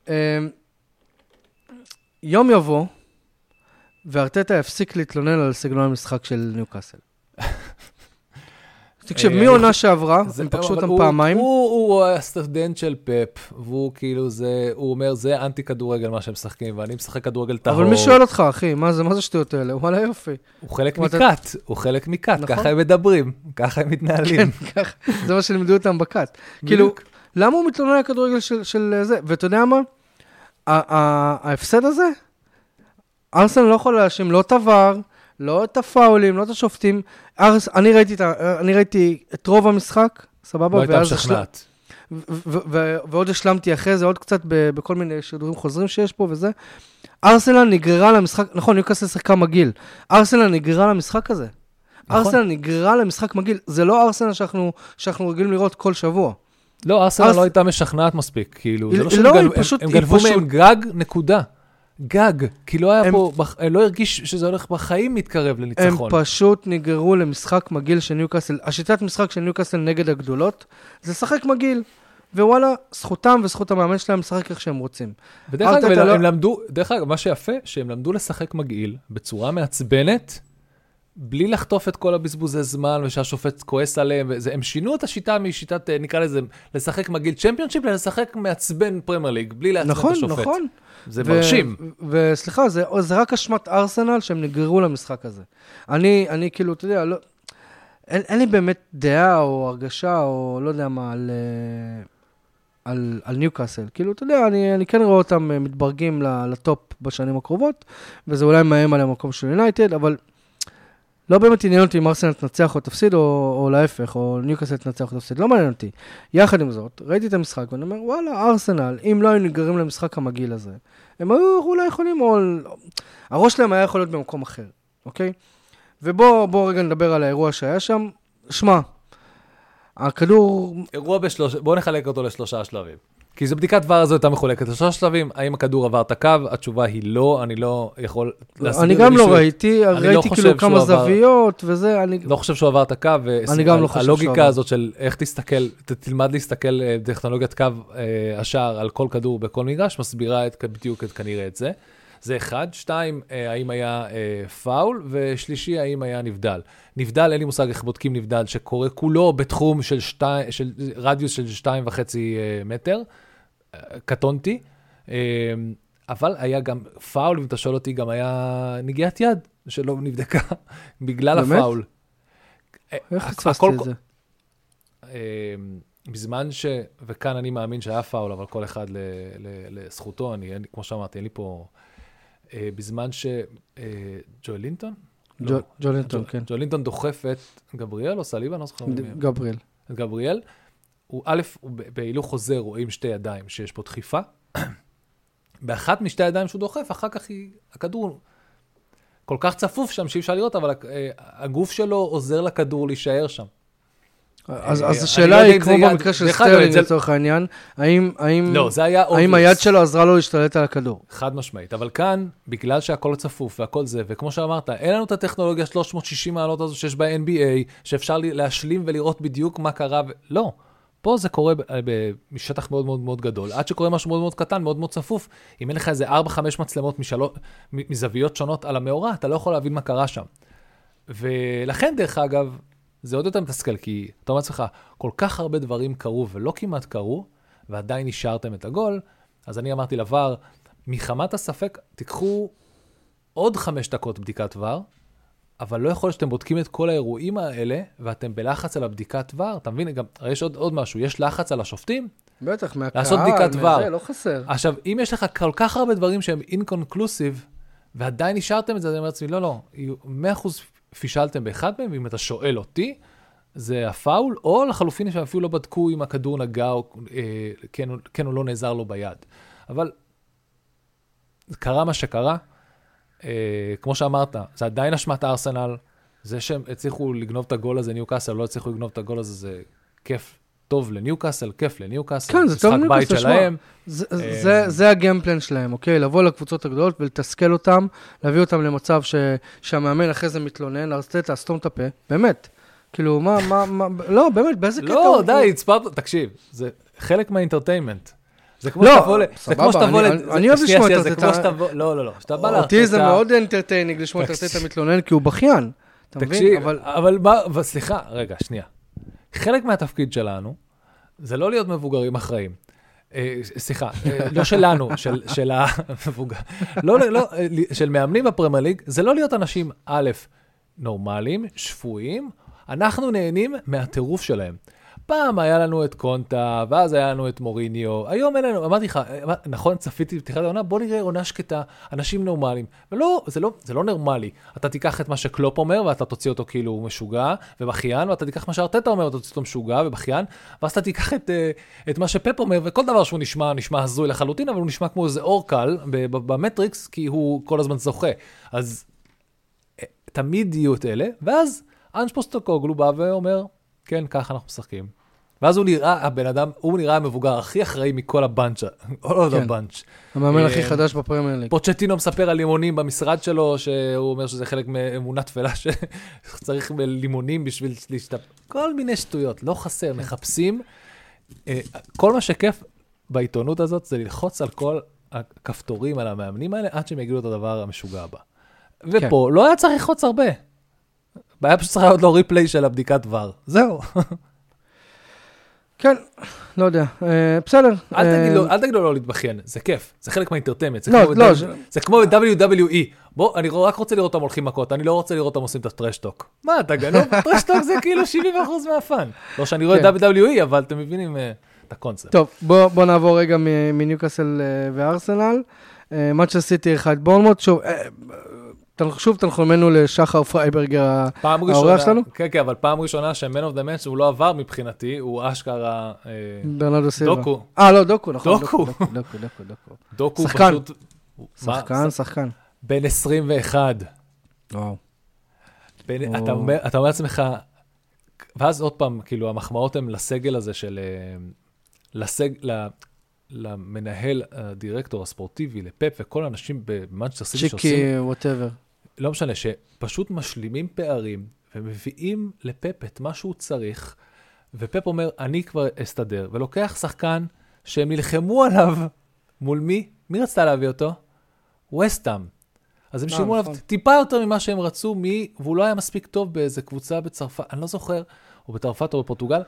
יום יבוא, וארטטה יפסיק להתלונן על סגנון המשחק של ניוקאסל. תקשיב, מי עונה שעברה, הם פגשו אותם פעמיים. הוא הסטודנט של פאפ, והוא כאילו זה, הוא אומר, זה אנטי כדורגל מה שהם משחקים, ואני משחק כדורגל טהור. אבל מי שואל אותך, אחי, מה זה שטויות האלה? וואלה יופי. הוא חלק מקאט, ככה הם מדברים, ככה הם מתנהלים. זה מה שלימדו אותם בקאט. כאילו, למה הוא מתלונן על הכדורגל של זה? ואתה יודע מה? ההפסד הזה, ארסנל לא יכול להאשים, לא תבר, לא את הפאולים, לא את השופטים. אני ראיתי את רוב המשחק, סבבה? לא הייתה משכנעת. ועוד השלמתי אחרי זה, עוד קצת בכל מיני שידורים חוזרים שיש פה וזה. ארסנל נגררה למשחק, נכון, ניוקאסל שיחקה מגעיל. ארסנל נגררה למשחק הזה. ארסנל נגררה למשחק מגעיל. זה לא ארסנל שאנחנו רגילים לראות כל שבוע. לא, ארסנל לא הייתה משחנעת מספיק, כאילו. זה לא שהם גנבו מהם גג, נקודה. גג, כי לא היה פה, לא הרגיש שזה הולך בחיים מתקרב לניצחון. הם פשוט נגררו למשחק מגעיל של ניוקאסל. השיטת משחק של ניוקאסל נגד הגדולות, זה שחק מגעיל. ווואלה, זכותם וזכות המאמן שלהם לשחק איך שהם רוצים. ודרך אגב, הם למדו, דרך אגב, מה שיפה, שהם למדו לשחק מגעיל בצורה מעצבנת, בלי לחטוף את כל הבזבוזי זמן, ושהשופט כועס עליהם, הם שינו את השיטה משיטת, נקרא לזה, לשחק מגעיל צ'מפיונשיפ, לשחק מעצבן פרמייר ליג, בלי לעצבן את השופט. נכון. זה מרשים. וסליחה, זה רק אשמת ארסנל שהם נגררו למשחק הזה. אני כאילו, אתה יודע, אין לי באמת דעה או הרגשה, או לא יודע מה, על ניוקאסל. כאילו, אתה יודע, אני כן רואה אותם מתברגים לטופ בשנים הקרובות, וזה אולי מאיים על המקום של יונייטד, אבל לא באמת עניין אותי אם ארסנל תנצח או תפסיד, או להפך, או ניוקאסל תנצח או תפסיד, לא מעניין אותי. יחד עם זאת, ראיתי את המשחק, ואני אומר, וואלה, ארסנל, אם לא היו נגררים למשחק המגעיל הזה, הם היו אולי יכולים, או... הראש שלהם היה יכול להיות במקום אחר, אוקיי? ובואו רגע נדבר על האירוע שהיה שם. שמע, הכדור... אירוע בואו נחלק אותו לשלושה שלבים. כי זו בדיקת דבר הזו הייתה מחולקת לשלושה שלבים. האם הכדור עבר את הקו? התשובה היא לא, אני לא יכול להסביר למישהו. אני גם לא ראיתי, ראיתי כאילו כמה זוויות וזה. אני לא חושב שהוא עבר את הקו, והלוגיקה הזאת של איך תלמד להסתכל בטכנולוגיית קו השער על כל כדור בכל מגרש, מסבירה בדיוק כנראה את זה. זה אחד. שתיים, האם היה פאול, ושלישי, האם היה נבדל. נבדל, אין לי מושג איך בודקים נבדל, שקורה כולו בתחום של רדיוס של 2.5 מטר, קטונתי, אבל היה גם פאול, אם אתה שואל אותי, גם היה נגיעת יד, שלא נבדקה, בגלל הפאול. איך חצפסתי את זה? בזמן וכאן אני מאמין שהיה פאול, אבל כל אחד לזכותו, כמו שאמרתי, אין לי פה... בזמן ג'ואלינטון? ג'ואלינטון, כן. ג'ואלינטון דוחף את גבריאל או סליבה? לא זוכר. גבריאל. את גבריאל. א', בהילוך חוזר רואים שתי ידיים שיש פה דחיפה. באחת משתי ידיים שהוא דוחף, אחר כך הכדור כל כך צפוף שם שאי אפשר לראות, אבל הגוף שלו עוזר לכדור להישאר שם. אז השאלה היא, כמו במקרה של סטרלינג לצורך העניין, האם היד שלו עזרה לו להשתלט על הכדור? חד משמעית, אבל כאן, בגלל שהכל צפוף והכל זה, וכמו שאמרת, אין לנו את הטכנולוגיה 360 מעלות הזו שיש ב-NBA, שאפשר להשלים ולראות בדיוק מה קרה, לא. פה זה קורה בשטח מאוד מאוד מאוד גדול, עד שקורה משהו מאוד מאוד קטן, מאוד מאוד צפוף. אם אין לך איזה 4-5 מצלמות מזוויות שונות על המאורה, אתה לא יכול להבין מה קרה שם. ולכן, דרך אגב, זה עוד יותר מתסכל, כי אתה אומר לך, כל כך הרבה דברים קרו ולא כמעט קרו, ועדיין נשארתם את הגול, אז אני אמרתי לבר, מחמת הספק, תיקחו עוד 5 דקות בדיקת ור, אבל לא יכול שאתם בודקים את כל האירועים האלה, ואתם בלחץ על הבדיקת ור, אתה מבין? גם, יש עוד משהו, יש לחץ על השופטים? בטח, מהקהל, לעשות בדיקת ור. זה לא חסר. עכשיו, אם יש לך כל כך הרבה דברים שהם אינקונקלוסיב, ועדיין נשארתם את זה, אני אומר לעצמי, לא, 100% פישלתם באחד מהם, ואם אתה שואל אותי, זה הפאול, או לחלופין שאפילו לא בדקו אם הכדור נגע, או כן או לא נעזר לו ביד. אבל קרה מה שקרה, כמו שאמרת, זה עדיין אשמת ארסנל, זה שהם הצליחו לגנוב את הגול הזה, ניוקאסל, לא הצליחו לגנוב את הגול הזה, זה כיף טוב לניוקאסל, כיף לניוקאסל, כן, זה טוב לניוקאסל שלהם. זה הגיימפלן שלהם, אוקיי? לבוא לקבוצות הגדולות ולתסכל אותם, להביא אותם למצב שהמאמן אחרי זה מתלונן, לתת להסתום את הפה, באמת. כאילו, לא, באמת, באיזה קטע? לא, די, תקשיב, זה חלק מהאינטרטיימנט. זה כמו שתבוא אני אוהב לשמוע את ארטטה. לא, אותי זה מאוד אינטרטיינינג לשמוע את ארטטה מתלונן, כי הוא בכיין. תקשיב, אבל סליחה, רגע, שנייה. חלק מהתפקיד שלנו, זה לא להיות מבוגרים אחראים. סליחה, לא שלנו, של המבוגר. לא, של מאמנים בפרמייר ליג, זה לא להיות אנשים, א', נורמליים, שפויים, אנחנו נהנים מהטירוף שלהם. פעם היה לנו את קונטה, ואז היה לנו את מוריניו, היום אין לנו, אמרתי לך, נכון, צפיתי בפתיחת העונה, בוא נראה עונה שקטה, אנשים נורמליים. ולא, זה לא נורמלי. אתה תיקח את מה שקלופ אומר, ואתה תוציא אותו כאילו משוגע ובכיין, ואתה תיקח מה שארטטה אומר, ואתה תוציא אותו משוגע ובכיין, ואז אתה תיקח את מה שפפ אומר, וכל דבר שהוא נשמע הזוי לחלוטין, אבל הוא נשמע כמו איזה אורקל במטריקס, כי הוא כל הזמן זוכה. אז תמיד יהיו את אלה, ואז אנג' פוסטקוגלו בא ואומר, כן, ככה אנחנו משחקים. ואז הוא נראה, הבן אדם, הוא נראה המבוגר הכי אחראי מכל הבנץ', all of the bunch. המאמן הכי חדש בפרמייר ליג. פוצ'טינו מספר על לימונים במשרד שלו, שהוא אומר שזה חלק מאמונה תפלה, שצריך לימונים בשביל להשתפ... כל מיני שטויות, לא חסר, מחפשים. כל מה שכיף בעיתונות הזאת, זה ללחוץ על כל הכפתורים, על המאמנים האלה, עד שהם יגידו את הדבר המשוגע הבא. ופה לא היה צריך ללחוץ הרבה. היה פשוט צריך להיות לו ריפליי של הבדיקת דבר. זהו. כן, לא יודע. בסדר. אל תגיד לו לא להתבכיין, זה כיף. זה חלק מהאינטרטיימנט. זה כמו WWE. בוא, אני רק רוצה לראות אותם הולכים מכות, אני לא רוצה לראות אותם עושים את הטרשטוק. מה, אתה גנוב? הטרשטוק זה כאילו 70% מהפן. לא שאני רואה WWE, אבל אתם מבינים את הקונספט. טוב, בוא נעבור רגע מניוקאסל וארסנל. מנצ'סטר סיטי 1 בורנמוט, שוב תנחומנו לשחר פרייברגר, האורח שלנו. כן, כן, אבל פעם ראשונה שמן אוף דה מאץ' הוא לא עבר מבחינתי, הוא אשכרה ברנרדו סילבה. דוקו. לא, דוקו, נכון. דוקו פשוט... שחקן. בן 21. וואו. אתה אומר לעצמך, ואז עוד פעם, כאילו, המחמאות הן לסגל הזה של... למנהל הדירקטור הספורטיבי, לפפ וכל האנשים במנצ'סטר סיטי שעושים... שיקי, whatever. לא משנה, שפשוט משלימים פערים ומביאים לפפ את מה שהוא צריך, ופפ אומר, אני כבר אסתדר, ולוקח שחקן שהם נלחמו עליו מול מי? מי רצתה להביא אותו? וסטהאם. אז הם שילמו עליו טיפה יותר ממה שהם רצו, והוא לא היה מספיק טוב באיזה קבוצה בצרפת, אני לא זוכר, או בצרפת או בפורטוגל,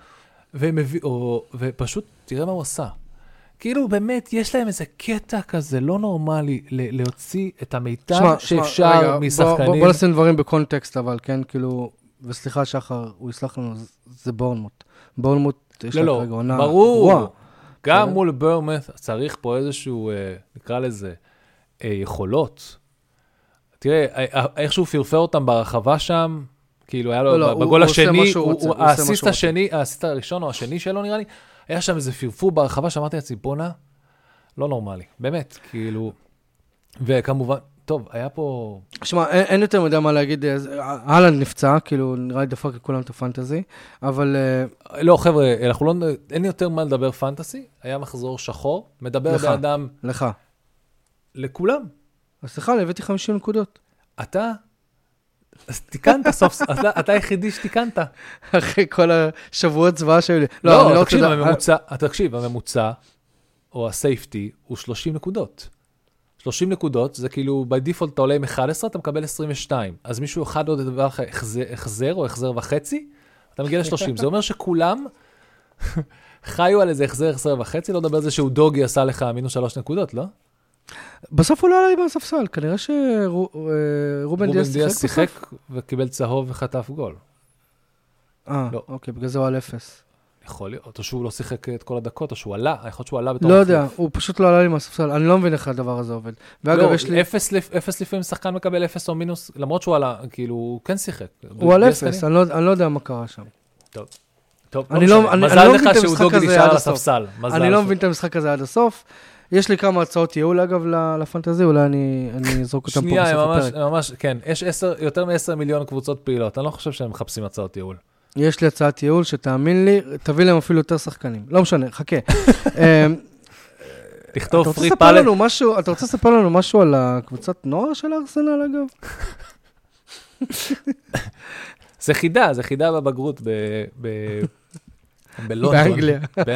ופשוט תראה מה הוא עשה. כאילו באמת יש להם איזה קטע כזה לא נורמלי להוציא את המיטב שאפשר משחקנים. בוא נשים דברים בקונטקסט אבל, כן, כאילו, וסליחה שחר, הוא יסלח לנו, זה בורנמוט. בורנמוט יש לה כרגע עונה. ברור. גם מול בורנמוט צריך פה איזשהו, נקרא לזה, יכולות. תראה, איכשהו פרפר אותם ברחבה שם, כאילו היה לו בגול השני, האסיסט הראשון או השני שלו נראה לי, היה שם איזה פרפור ברחבה, שאמרתי לעצמי, בונה, לא נורמלי, באמת, כאילו, וכמובן, טוב, היה פה... שמע, אין יותר מדי מה להגיד, הלנד נפצע, כאילו, נראה לי דפק לכולם את הפנטזי, אבל... לא, חבר'ה, אין יותר מה לדבר פנטסי, היה מחזור שחור, מדבר באדם... לך. לכולם. אז סליחה, הבאתי 50 נקודות. אתה... אז תיקנת סוף, אתה היחידי שתיקנת. אחרי כל השבועות צבאה שהיו לי. לא, תקשיב, הממוצע, או הסייפטי, הוא 30 נקודות. 30 נקודות, זה כאילו, by default אתה עולה עם 11, אתה מקבל 22. אז מישהו אחד עוד דבר לך החזר, או החזר וחצי, אתה מגיע ל-30. זה אומר שכולם חיו על איזה החזר וחצי, לא דבר על זה שהוא דוגי עשה לך מינוס 3 נקודות, לא? בסוף הוא לא עלה עם הספסל, כנראה שרובן דיאס שיחק וקיבל צהוב וחטף גול. אוקיי, בגלל זה הוא על 0. יכול להיות, או שהוא לא שיחק את כל הדקות, או שהוא עלה, יכול להיות שהוא עלה בתור... לא יודע, הוא פשוט לא עלה עם הספסל, אני לא מבין איך הדבר הזה עובד. לא, 0 לפעמים שחקן מקבל 0 או מינוס, למרות שהוא עלה, כאילו, הוא כן שיחק. הוא על 0, אני לא יודע מה קרה שם. טוב, מזל לך שהוא דוגי נשאר על הספסל. אני לא מבין את המשחק הזה עד הסוף. יש לי כמה הצעות ייעול, אגב, לפנטזי, אולי אני אזרוק אותם פה בסוף הפרק. שנייה, ממש, כן. יש יותר מ10 מיליון קבוצות פעילות. אני לא חושב שהם מחפשים הצעות ייעול. יש לי הצעת ייעול שתאמין לי, תביא להם אפילו יותר שחקנים. לא משנה, חכה. תכתוב פרי פלט. אתה רוצה לספר לנו משהו על הקבוצת נוער של ארסנל, אגב? זה חידה בבגרות באנגליה.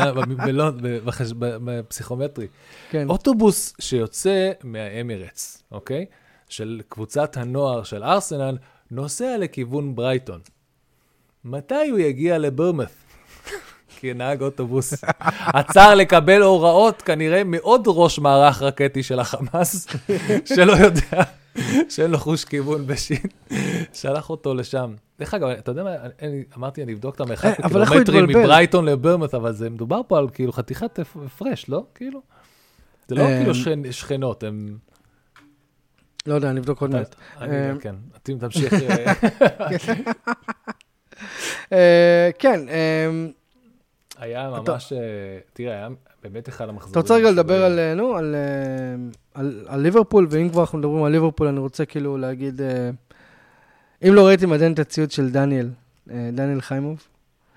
בפסיכומטרי. אוטובוס שיוצא מהאמירטס, אוקיי? של קבוצת הנוער של ארסנל, נוסע לכיוון ברייטון. מתי הוא יגיע לבורנמות'? כנהג אוטובוס. עצר לקבל הוראות, כנראה מאוד ראש מערך רקטי של החמאס, שלא יודע, שאין לו חוש כיוון בשיט. שלח אותו לשם. דרך אגב, אתה יודע מה, אמרתי, אני אבדוק את המרחק קילומטרים מברייטון לבורנמות', אבל זה מדובר פה על כאילו חתיכת הפרש, לא? כאילו? זה לא כאילו שכנות, הם... לא יודע, אני אבדוק עוד מעט. כן, תמשיך. כן. היה ממש, תראה, היה באמת אחד המחזורים. אתה רוצה רגע לדבר על ליברפול, ואם כבר אנחנו מדברים על ליברפול, אני רוצה כאילו להגיד, אם לא ראיתי מדהים את הציוד של דניאל חיימוב,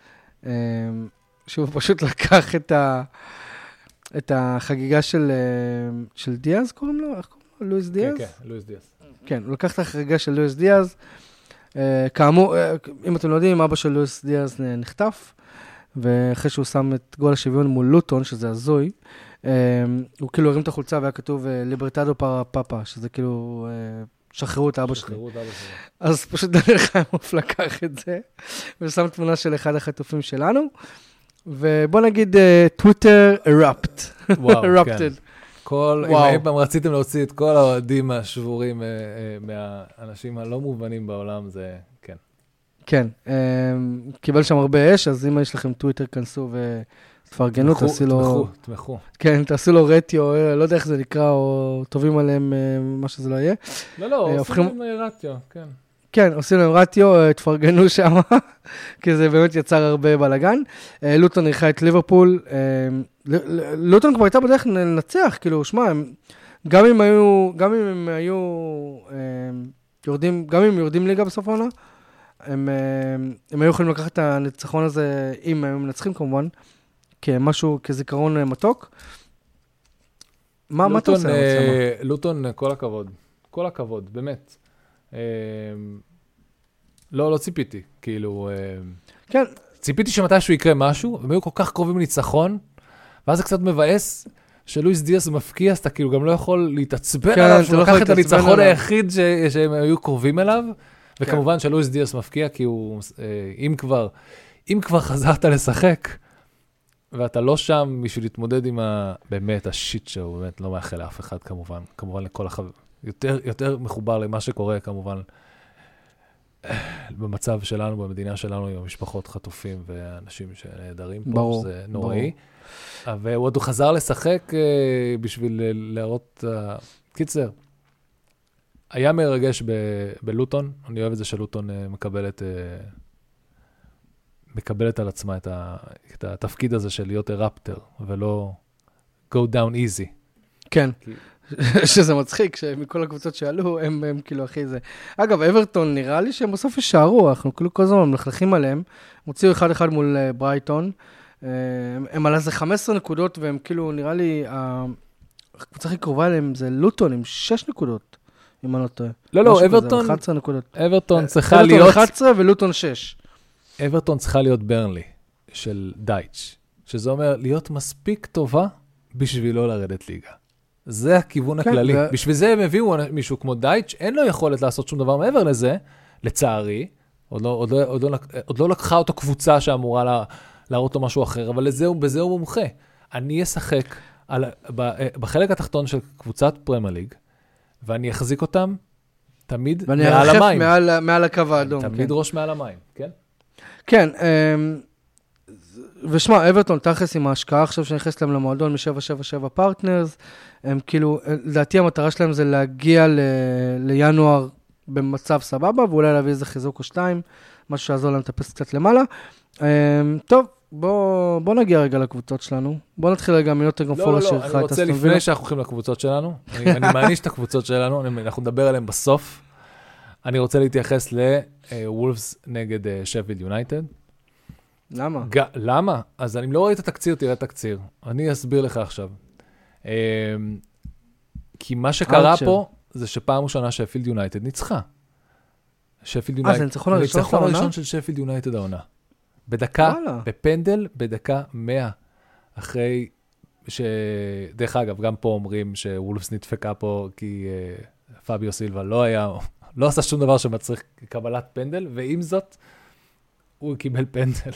שהוא פשוט לקח את החגיגה של דיאז, קוראים לו? איך קוראים לו? לואיס דיאז? כן, לואיס דיאז. כן, הוא לקח את החגיגה של לואיס דיאז, כאמור, אם אתם לא יודעים, אבא של לואיס דיאז נחטף, ואחרי שהוא שם את גול השוויון מול לוטון, שזה הזוי, הוא כאילו הרים את החולצה והיה כתוב ליברטדו פרה פאפה, שזה כאילו שחררו את האבא שלי. אז פשוט דניאל חיימוב לקח את זה, ושם תמונה של אחד החטופים שלנו, ובוא נגיד טוויטר erupted. וואו, כן. אם אי פעם רציתם להוציא את כל האוהדים השבורים מהאנשים הלא מובנים בעולם, זה כן. כן, קיבל שם הרבה אש, אז אם יש לכם טוויטר, כנסו ותפרגנו, תעשו לו... תמכו. כן, תעשו לו רטיו, לא יודע איך זה נקרא, או טובים עליהם, מה שזה לא יהיה. לא, עושים להם רטיו, כן. כן, עושים להם רטיו, תפרגנו שם, כי זה באמת יצר הרבה בלגן. לוטון ניחה את ליברפול, לוטון כבר הייתה בדרך לנצח, כאילו, שמע, גם אם הם יורדים ליגה בסוף העונה, הם היו יכולים לקחת את הניצחון הזה, אם הם מנצחים כמובן, כמשהו, כזיכרון מתוק. מה אתה עושה? לוטון, כל הכבוד, באמת. לא ציפיתי, כאילו... כן. ציפיתי שמתישהו יקרה משהו, הם היו כל כך קרובים לניצחון, ואז זה קצת מבאס שלואיס דיאס מפקיע, אז אתה כאילו גם לא יכול להתעצבן עליו, שהוא לקח את הניצחון היחיד שהם היו קרובים אליו, וכמובן שלואיס דיאס מפקיע, כי הוא, אם כבר חזרת לשחק, ואתה לא שם בשביל להתמודד עם באמת השיט שהוא באמת לא מאחל לאף אחד כמובן לכל יותר מחובר למה שקורה כמובן, במצב שלנו, במדינה שלנו, עם המשפחות חטופים ואנשים שנהדרים פה, ברור, שזה נוראי. והוא עוד חזר לשחק בשביל להראות... קיצר, היה מרגש בלוטון, אני אוהב את זה שלוטון מקבלת על עצמה את התפקיד הזה של להיות רפטר, ולא go down easy. כן. שזה מצחיק, שמכל הקבוצות שעלו, הם כאילו הכי זה. אגב, אברטון נראה לי שהם בסוף ישארו, אנחנו כאילו כל הזמן מלכלכים עליהם, מוציאו 1-1 מול ברייטון, הם על איזה 15 נקודות, והם כאילו, נראה לי, הקבוצה הכי קרובה אליהם זה לוטון, עם 6 נקודות, אם אני לא טועה. לא, אברטון צריכה להיות... אברטון 11 ולוטון 6. אברטון צריכה להיות ברנלי, של דייץ', שזה אומר להיות מספיק טובה, בשביל לא לרדת ליגה. זה הכיוון הכללי. בשביל זה הם הביאו מישהו כמו דייץ', אין לו יכולת לעשות שום דבר מעבר לזה, לצערי, עוד לא לקחה אותו קבוצה שאמורה להראות לו משהו אחר, אבל בזה הוא מומחה. אני אשחק בחלק התחתון של קבוצת פרמייר ליג, ואני אחזיק אותם תמיד מעל המים. ואני ארחף מעל הקו האדום. תמיד ראש מעל המים, כן? כן, ושמע, אברטון תכלס עם ההשקעה עכשיו שנכנס להם למועדון מ-777 פרטנרס, הם כאילו, לדעתי המטרה שלהם זה להגיע לינואר במצב סבבה, ואולי להביא איזה חיזוק או 2, משהו שעזור להם לטפס קצת למעלה. טוב, בוא נגיע רגע לקבוצות שלנו. בוא נתחיל רגע מנוטינגהאם פורסט שלך. אני רוצה לפני שאנחנו הולכים לקבוצות שלנו, אני מעניש את הקבוצות שלנו, אנחנו נדבר עליהן בסוף. אני רוצה להתייחס לוולפס נגד שפילד יונייטד. למה? למה? אז אני לא רואה את התקציר, תראה את התקציר. אני אסביר לך עכשיו. כי מה שקרה פה, זה שפעם ראשונה שפילד יונייטד ניצחה. שפילד יונייטד... זה ניצחון הראשון של שפילד יונייטד העונה. בדקה, בפנדל, בדקה 100. אחרי דרך אגב, גם פה אומרים שוולפס נדפקה פה, כי פאביו סילבה לא עשה שום דבר שמצריך קבלת פנדל, ועם זאת, הוא קיבל פנדל.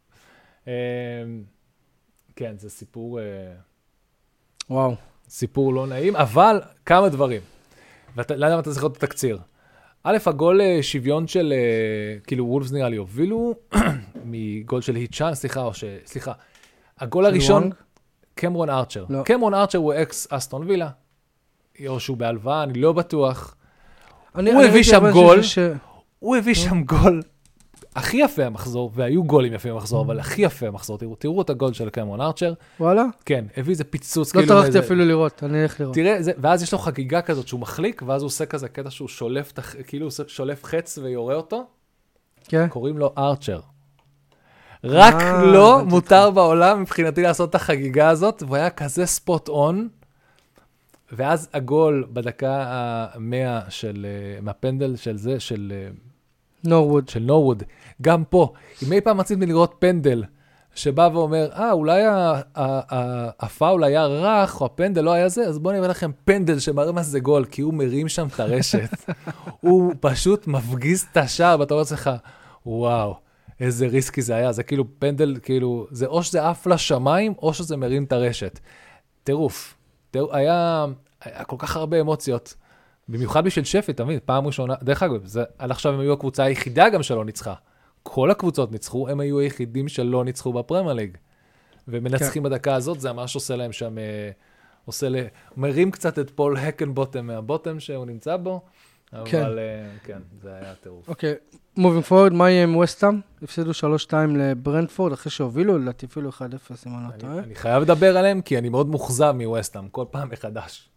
כן, זה סיפור... וואו. סיפור לא נעים, אבל כמה דברים. למה אתה צריך לראות את התקציר? א', הגול שוויון של, כאילו וולפס נראה לי הובילו, מגול של היצ'אן, סליחה, הגול הראשון, קמרון ארצ'ר. קמרון ארצ'ר הוא אקס אסטון וילה, או שהוא בהלוואה, אני לא בטוח. הוא הביא שם גול הכי יפה המחזור, והיו גולים יפים המחזור, אבל הכי יפה המחזור. תראו את הגול של קמרון ארצ'ר. וואלה? כן, הביא איזה פיצוץ. לא טרחתי אפילו לראות, אני אלך לראות. תראה, ואז יש לו חגיגה כזאת שהוא מחליק, ואז הוא עושה כזה קטע שהוא שולף חץ ויורה אותו. כן. קוראים לו ארצ'ר. רק לא מותר בעולם מבחינתי לעשות את החגיגה הזאת, והוא היה כזה ספוט און, ואז הגול בדקה ה-100 מהפנדל של זה, של נורווד. גם פה, אם אי פעם רציתי לראות פנדל, שבא ואומר, אולי הפאול היה רך, או הפנדל לא היה זה, אז בואו נראה לכם פנדל שמראה מה זה גול, כי הוא מרים שם את הרשת. הוא פשוט מפגיז את השער, ואתה אומר לך, וואו, איזה ריסקי זה היה. זה כאילו פנדל, כאילו, זה או שזה עף לשמיים, או שזה מרים את הרשת. טירוף. היה כל כך הרבה אמוציות, במיוחד בשביל שפי, תמיד, פעם ראשונה, דרך אגב, עד עכשיו הם היו הקבוצה היחידה גם שלא ניצחה. כל הקבוצות ניצחו, הם היו היחידים שלא ניצחו בפרמייר ליג. ומנצחים בדקה הזאת, זה ממש עושה להם שם, מרים קצת את פול הקנבוטם מהבוטם שהוא נמצא בו, אבל כן, זה היה טירוף. אוקיי, moving forward, מה יהיה עם וסטהאם? הפסידו 3-2 לברנטפורד, אחרי שהובילו, לדעתי אפילו 1-0, אם אני לא טועה. אני חייב לדבר עליהם, כי אני מאוד מוחזב מווסטהאם, כל פעם מחדש.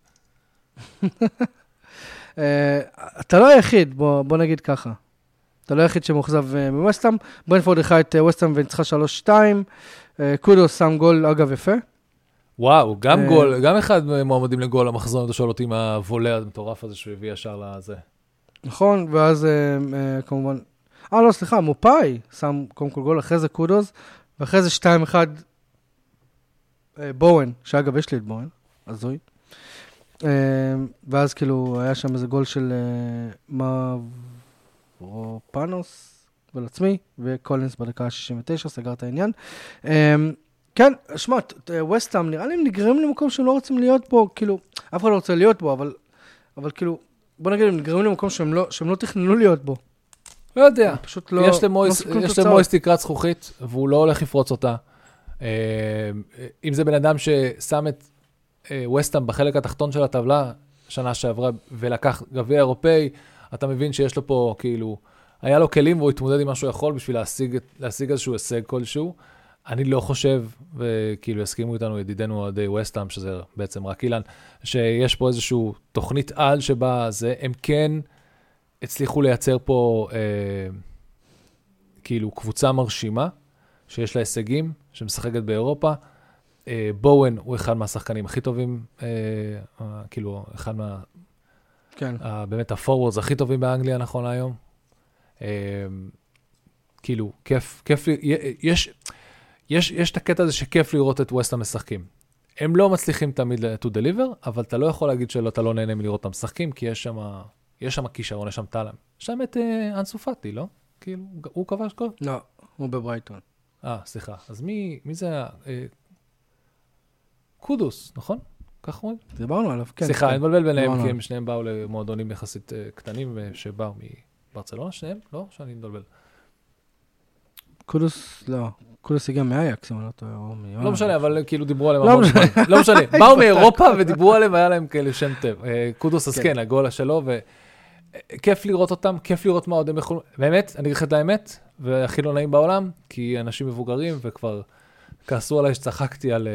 אתה לא היחיד, בוא נגיד ככה. אתה לא היחיד שמוחזב מווסטהאם. ברנטפורד הכרעה את ווסטהאם וניצחה 3-2. קודוס שם גול, אגב, יפה. וואו, גם גול, גם אחד מועמדים לגול המחזור, אתה שואל אותי עם הוולה המטורף הזה שהוא הביא ישר לזה. נכון, ואז כמובן, לא, סליחה, מופאי שם קודם כל גול, אחרי זה קודוס, ואחרי זה 2-1 בואן, שאגב יש לי את בואן, הזוי. ואז כאילו היה שם איזה גול של מברופנוס, גול עצמי, וקולינס בדקה 69, סגר את העניין. כן, שמעת, ווסטהאם נראה לי הם נגרמים למקום שהם לא רוצים להיות בו, כאילו, אף אחד לא רוצה להיות בו, אבל כאילו, בוא נגיד, הם נגרמים למקום שהם לא תכננו להיות בו. לא יודע, יש למויס תקרת זכוכית, והוא לא הולך לפרוץ אותה. אם זה בן אדם ששם את ווסטהאם בחלק התחתון של הטבלה, שנה שעברה, ולקח גביע אירופאי, אתה מבין שיש לו פה, כאילו, היה לו כלים, והוא התמודד עם מה שהוא יכול, בשביל להשיג איזשהו הישג כלשהו. אני לא חושב, וכאילו יסכימו איתנו ידידנו אוהדי ווסטהאם, שזה בעצם רק אילן, שיש פה איזשהו תוכנית על שבה זה, הם כן הצליחו לייצר פה כאילו קבוצה מרשימה, שיש לה הישגים, שמשחקת באירופה. בואן הוא אחד מהשחקנים הכי טובים, כאילו אחד כן. באמת הפורוורדס הכי טובים באנגליה נכון להיום. כאילו, כיף לי, יש את הקטע הזה שכיף לראות את ווסטהאם משחקים. הם לא מצליחים תמיד to deliver, אבל אתה לא יכול להגיד שאתה לא נהנה מלראות אותם משחקים, כי יש שם כישרון, יש שם טלם. יש שם את אנסו פאטי, לא? כאילו, הוא כבש גול? לא, הוא בברייטון. סליחה. אז מי זה קודוס, נכון? כך רואים? דיברנו עליו, כן. סליחה, אני מבלבל ביניהם, כי הם שניהם באו למועדונים יחסית קטנים, שבאו מברצלונה, שניהם? לא? שאני מבלבל. קודוס, לא. קודוס הגיע מאייקס, אם אני לא טועה, או מיואן. לא משנה, אבל כאילו דיברו עליהם המון זמן. לא משנה, באו מאירופה ודיברו עליהם, היה להם כאלה שם טב. קודוס, אז כן, הגול שלו, וכיף לראות אותם, כיף לראות מה עוד הם יכולים. באמת, אני אגיד את האמת, והכי לא נעים בעולם, כי אנשים מבוגרים, וכבר כעסו עליי שצחקתי על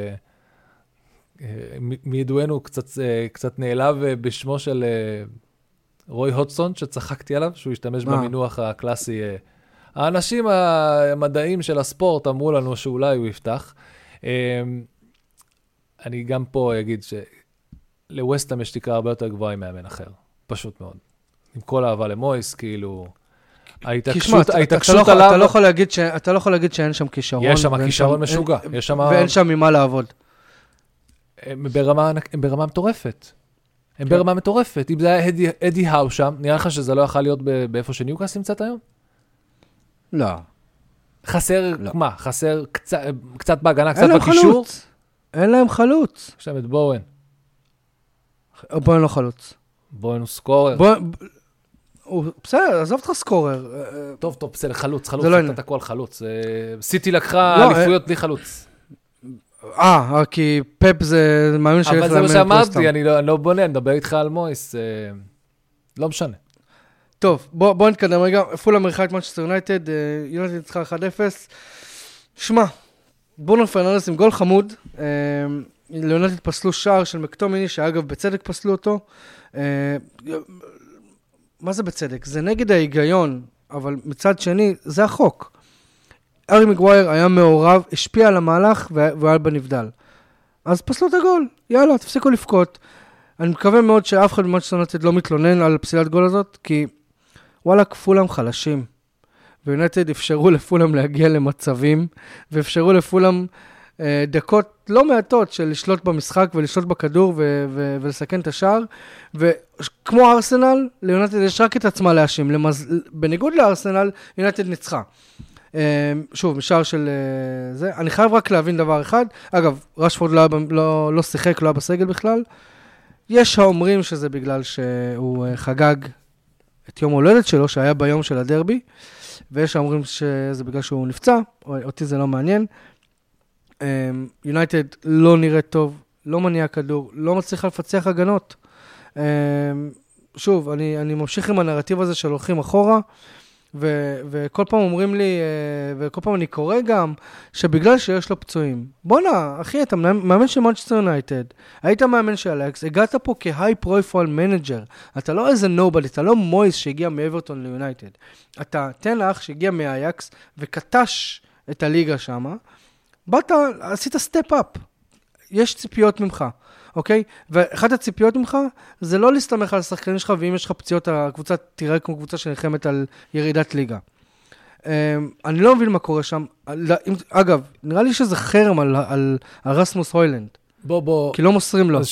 מידוענו קצת נעלב בשמו של רוי הודסון, שצחקתי עליו, שהוא השתמש במינוח הקלאסי, האנשים המדעים של הספורט אמרו לנו שאולי הוא יפתח. אני גם פה אגיד שלווסטהאם יש תקרה הרבה יותר גבוהה עם מאמן אחר. פשוט מאוד. עם כל אהבה למויס, כאילו, ההתעקשות עליו... אתה לא יכול להגיד שאין שם כישרון. יש שם כישרון משוגע. ואין שם ממה לעבוד. הם ברמה מטורפת. הם ברמה מטורפת. אם זה היה אדי האו שם, נראה לך שזה לא יכול להיות באיפה שניוקאסל נמצאת היום? לא. חסר, מה? חסר קצת בהגנה, קצת בקישור? אין להם חלוץ. יש להם את בואן. בואן לא חלוץ. בואן הוא סקורר. בסדר, עזוב אותך סקורר. טוב, בסדר, חלוץ, אתה הכל חלוץ. סיטי לקחה אליפויות בלי חלוץ. כי פפ זה מאמין שיש להם... אבל זה מה שאמרתי, אני לא בונה, נדבר איתך על מויס. לא משנה. טוב, בוא נתקדם רגע. פולהאם אירחה את מנצ'סטר יונייטד, יונייטד ניצחה 1-0. שמע, ברונו פרננדס עם גול חמוד. ליונייטד פסלו שער של מקטומיני, שאגב בצדק פסלו אותו. מה זה בצדק? זה נגד ההיגיון, אבל מצד שני, זה החוק. ארי מגווייר היה מעורב, השפיע על המהלך והוא היה בנבדל. אז פסלו את הגול. יאללה, תפסיקו לפקוט. אני מקווה מאוד שאף אחד במנצ'סטר יונייטד לא מתלונן על פסילת גול הזאת, כי וואלה, פולהאם חלשים. ויונייטד אפשרו לפולהאם להגיע למצבים, ואפשרו לפולהאם דקות לא מעטות של לשלוט במשחק ולשלוט בכדור ולסכן את השער. וכמו ארסנל, ליונייטד יש רק את עצמה להאשים. בניגוד לארסנל, יונייטד ניצחה. שוב, משאר של זה. אני חייב רק להבין דבר אחד. אגב, רשפורד לא שיחק, לא היה בסגל בכלל. יש האומרים שזה בגלל שהוא חגג את יום הולדת שלו, שהיה ביום של הדרבי, ויש האומרים שזה בגלל שהוא נפצע, אותי זה לא מעניין. יונייטד לא נראה טוב, לא מניע כדור, לא מצליחה לפצח הגנות. שוב, אני ממשיך עם הנרטיב הזה של הולכים אחורה, וכל פעם אומרים לי, וכל פעם אני קורא גם, שבגלל שיש לו פצועים. בונה, אחי, אתה מאמן של מנצ'סטר יונייטד, היית מאמן של אלכס, הגעת פה כהיי פרופיל מנג'ר, אתה לא איזה נובלי, אתה לא מויס שהגיע מאברטון ליונייטד, אתה תן לך שהגיע מהאייקס, וקטש את הליגה שמה, באת, עשית סטפ-אפ, יש ציפיות ממך. אוקיי? ואחת הציפיות ממך, זה לא להסתמך על השחקנים שלך, ואם יש לך פציעות, הקבוצה תראה כמו קבוצה שנלחמת על ירידת ליגה. אני לא מבין מה קורה שם. אגב, נראה לי שזה חרם על רסמוס הוילנד. בוא. כי לא מוסרים לו.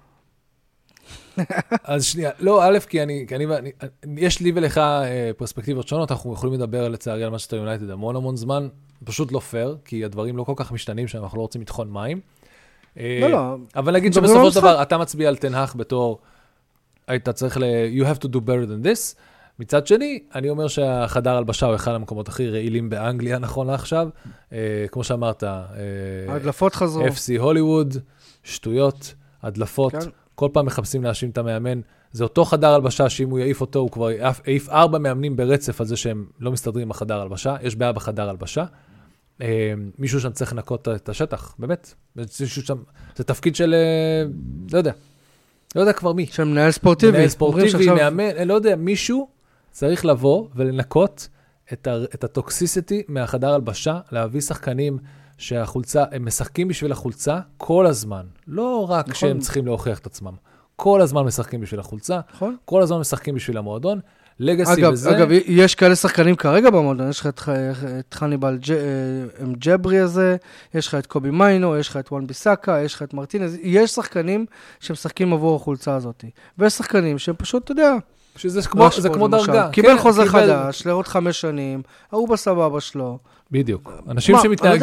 אז שנייה. לא, א', כי יש לי ולך פרספקטיבות שונות, אנחנו יכולים לדבר לצערי על מנצ'סטר יונייטד המון זמן, פשוט לא פייר, כי הדברים לא כל כך משתנים שאנחנו לא רוצים לטחון מים. לא. אבל נגיד שבסופו של דבר, אתה מצביע על תנהך בתור, היית צריך you have to do better than this. מצד שני, אני אומר שהחדר הלבשה הוא אחד המקומות הכי רעילים באנגליה, נכון לעכשיו. כמו שאמרת, הדלפות חזרו. FC הוליווד, שטויות, הדלפות. כל פעם מחפשים להאשים את המאמן. זה אותו חדר הלבשה, שאם הוא יעיף אותו, הוא כבר יעיף 4 מאמנים ברצף על זה שהם לא מסתדרים עם החדר הלבשה. יש בעיה בחדר הלבשה. מישהו שם צריך לנקות את השטח, באמת. זה תפקיד של, לא יודע כבר מי. של מנהל ספורטיבי. מנהל ספורטיבי, מאמן, לא יודע, מישהו צריך לבוא ולנקות את הטוקסיסיטי מהחדר הלבשה, להביא שחקנים שהחולצה, הם משחקים בשביל החולצה כל הזמן. לא רק כשהם צריכים להוכיח את עצמם. כל הזמן משחקים בשביל החולצה, כל הזמן משחקים בשביל המועדון. אגב, יש כאלה שחקנים כרגע במועדון, יש לך את חניבל ג'ברי הזה, יש לך את קובי מיינו, יש לך את וואן ביסאקה, יש לך את מרטינז, יש שחקנים שמשחקים עבור החולצה הזאת, ויש שחקנים שהם פשוט, אתה יודע, זה כמו דרגה. קיבל חוזה חדש, לעוד 5 שנים, הוא בסבבה שלו. בדיוק. אנשים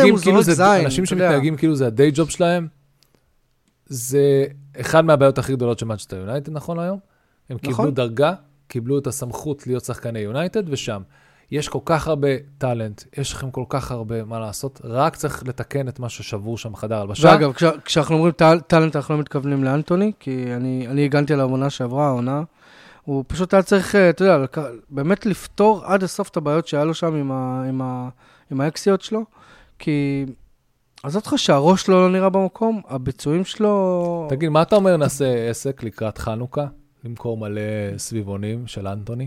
שמתנהגים כאילו זה הדיי ג'וב שלהם, זה אחד מהבעיות הכי גדולות של מנצ'סטר יונייטד נכון היום. הם קיבלו דרגה, קיבלו את הסמכות להיות שחקני יונייטד, ושם יש כל כך הרבה טלנט, יש לכם כל כך הרבה מה לעשות, רק צריך לתקן את מה ששבור שם חדר הלבשה. ואגב, כשאנחנו אומרים טלנט, אנחנו לא מתכוונים לאנטוני, כי אני הגנתי על העונה שעברה, העונה, הוא פשוט היה צריך, אתה יודע, באמת לפתור עד הסוף את הבעיות שהיה לו שם עם האקסיות שלו, כי אז אותך שהראש שלו לא נראה במקום, הביצועים שלו... תגיד, מה אתה אומר נעשה עסק לקראת חנוכה? למכור מלא סביבונים של אנטוני?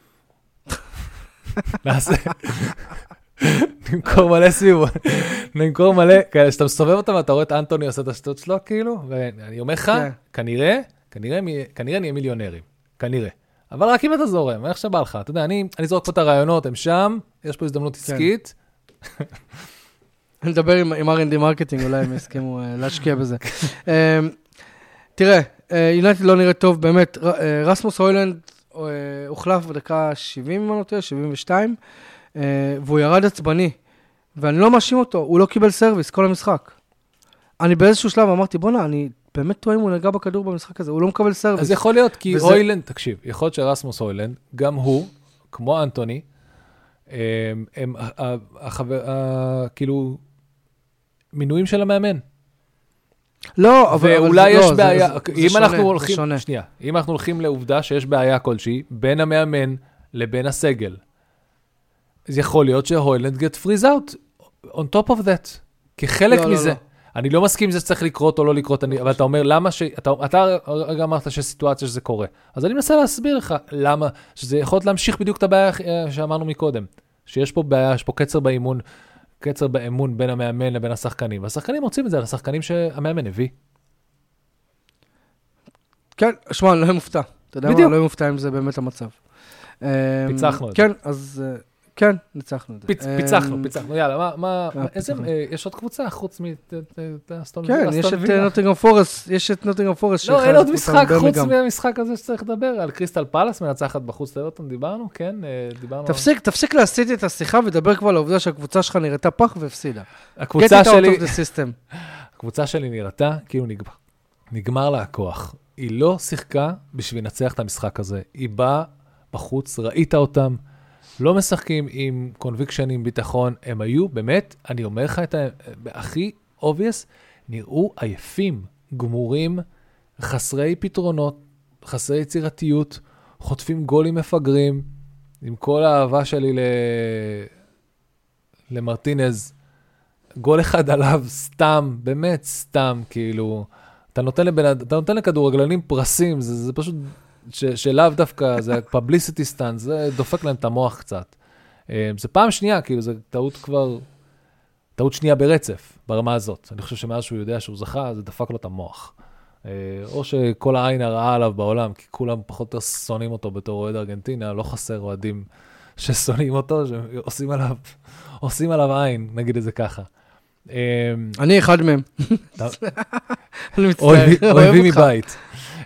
נעשה... נמכור מלא סביבון. נמכור מלא... כאלה, שאתה מסובב אותם ואתה רואה את אנטוני עושה את השטות שלו, כאילו, ואני אומר לך, כנראה נהיה מיליונרים. כנראה. אבל רק אם אתה זורם, איך שבא לך? אתה יודע, אני זורק פה את הרעיונות, הם שם, יש פה הזדמנות עסקית. אני מדבר עם R&D מרקטינג, אולי הם יסכימו להשקיע בזה. תראה, יונייטד לא נראה טוב, באמת, רסמוס הוילנד הוחלף בדקה 70, 72, והוא ירד עצבני, ואני לא מאשים אותו, הוא לא קיבל סרוויס כל המשחק. אני באיזשהו שלב אמרתי, בונה, אני באמת טועה אם הוא נגע בכדור במשחק הזה, הוא לא מקבל סרוויס. אז יכול להיות, כי הוילנד, תקשיב, יכול להיות שרסמוס הוילנד, גם הוא, כמו אנטוני, הם כאילו, מינויים של המאמן. לא, אבל... ואולי יש בעיה, אם אנחנו הולכים לעובדה שיש בעיה כלשהי, בין המאמן לבין הסגל, אז יכול להיות שהוילנד get freeze out, on top of that, כחלק מזה. אני לא מסכים אם זה צריך לקרות או לא לקרות, אבל אתה אומר למה אתה רגע אמרת שסיטואציה שזה קורה. אז אני מנסה להסביר לך למה, שזה יכול להמשיך בדיוק את הבעיה שאמרנו מקודם, שיש פה בעיה, יש פה קצר באמון בין המאמן לבין השחקנים, והשחקנים רוצים את זה על השחקנים שהמאמן הביא. כן, שמע, אני לא מופתע. אתה יודע מה, לא מופתע אם זה באמת המצב. פיצחנו את זה. כן, אז כן, ניצחנו את זה. פיצחנו, יאללה, איזה, יש עוד קבוצה חוץ מאסטון וילה? כן, יש את נוטינגהאם פורסט. לא, אין עוד משחק חוץ מהמשחק הזה שצריך לדבר, על קריסטל פלאס מנצחת בחוץ לאברטון, דיברנו, כן, דיברנו. תפסיק להסיט את השיחה ודבר כבר על העובדה שהקבוצה שלך נראתה פח והפסידה. הקבוצה שלי נראתה כאילו נגמר לה הכוח. היא לא שיחקה בשביל לנצח את המשחק הזה. היא באה בחוץ, ראית אותם, לא משחקים עם קונביקשן, עם ביטחון, הם היו באמת, אני אומר לך את הכי obvious, נראו עייפים, גמורים, חסרי פתרונות, חסרי יצירתיות, חוטפים גולים מפגרים, עם כל האהבה שלי למרטינז, גול אחד עליו סתם, באמת סתם, כאילו, אתה נותן לכדורגלנים פרסים, זה פשוט שלאו דווקא, זה publicity stand, זה דופק להם את המוח קצת. זה פעם שנייה, כאילו, זה טעות שנייה ברצף, ברמה הזאת. אני חושב שמאז שהוא יודע שהוא זכה, זה דפק לו את המוח. או שכל העין הרעה עליו בעולם, כי כולם פחות או יותר שונאים אותו בתור אוהד ארגנטינה, לא חסר אוהדים ששונאים אותו, שעושים עליו עין, נגיד את זה ככה. אני אחד מהם. אוהבים מבית.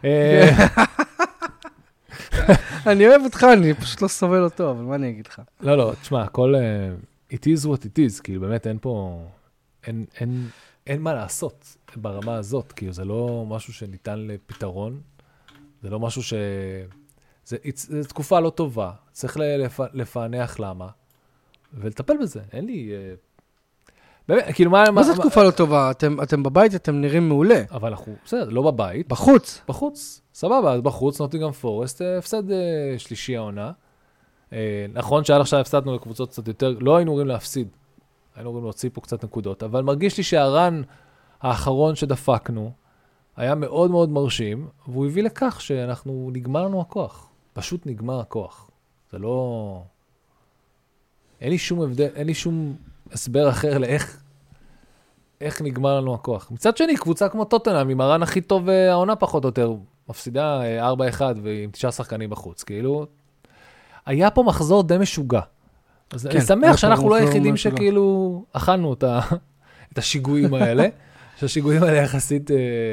אני אוהב אותך, אני פשוט לא סובל אותו, אבל מה אני אגיד לך? לא, תשמע, הכל, it is what it is, כאילו באמת אין פה, אין מה לעשות ברמה הזאת, כאילו זה לא משהו שניתן לפתרון, זה לא משהו זו תקופה לא טובה, צריך לפענח למה, ולטפל בזה, אין לי... באמת, כאילו מה זה תקופה לא טובה? אתם בבית, אתם נראים מעולה. אבל אנחנו, בסדר, לא בבית. בחוץ, סבבה, אז בחוץ, נוטינגהאם פורסט, הפסד שלישי העונה. נכון שעד עכשיו הפסדנו לקבוצות קצת יותר, לא היינו אומרים להפסיד, היינו אומרים להוציא פה קצת נקודות, אבל מרגיש לי שהרן האחרון שדפקנו, היה מאוד מאוד מרשים, והוא הביא לכך שאנחנו נגמר לנו הכוח. פשוט נגמר הכוח. זה לא... אין לי שום הבדל, אין לי שום הסבר אחר איך נגמר לנו הכוח. מצד שני, קבוצה כמו טוטנהאם, עם הרן הכי טוב העונה פחות או יותר, מפסידה 4-1 ועם 9 שחקנים בחוץ. כאילו, היה פה מחזור די משוגע. אז אני שמח שאנחנו לא היחידים שכאילו אכלנו את השיגועים האלה, שהשיגועים האלה יחסית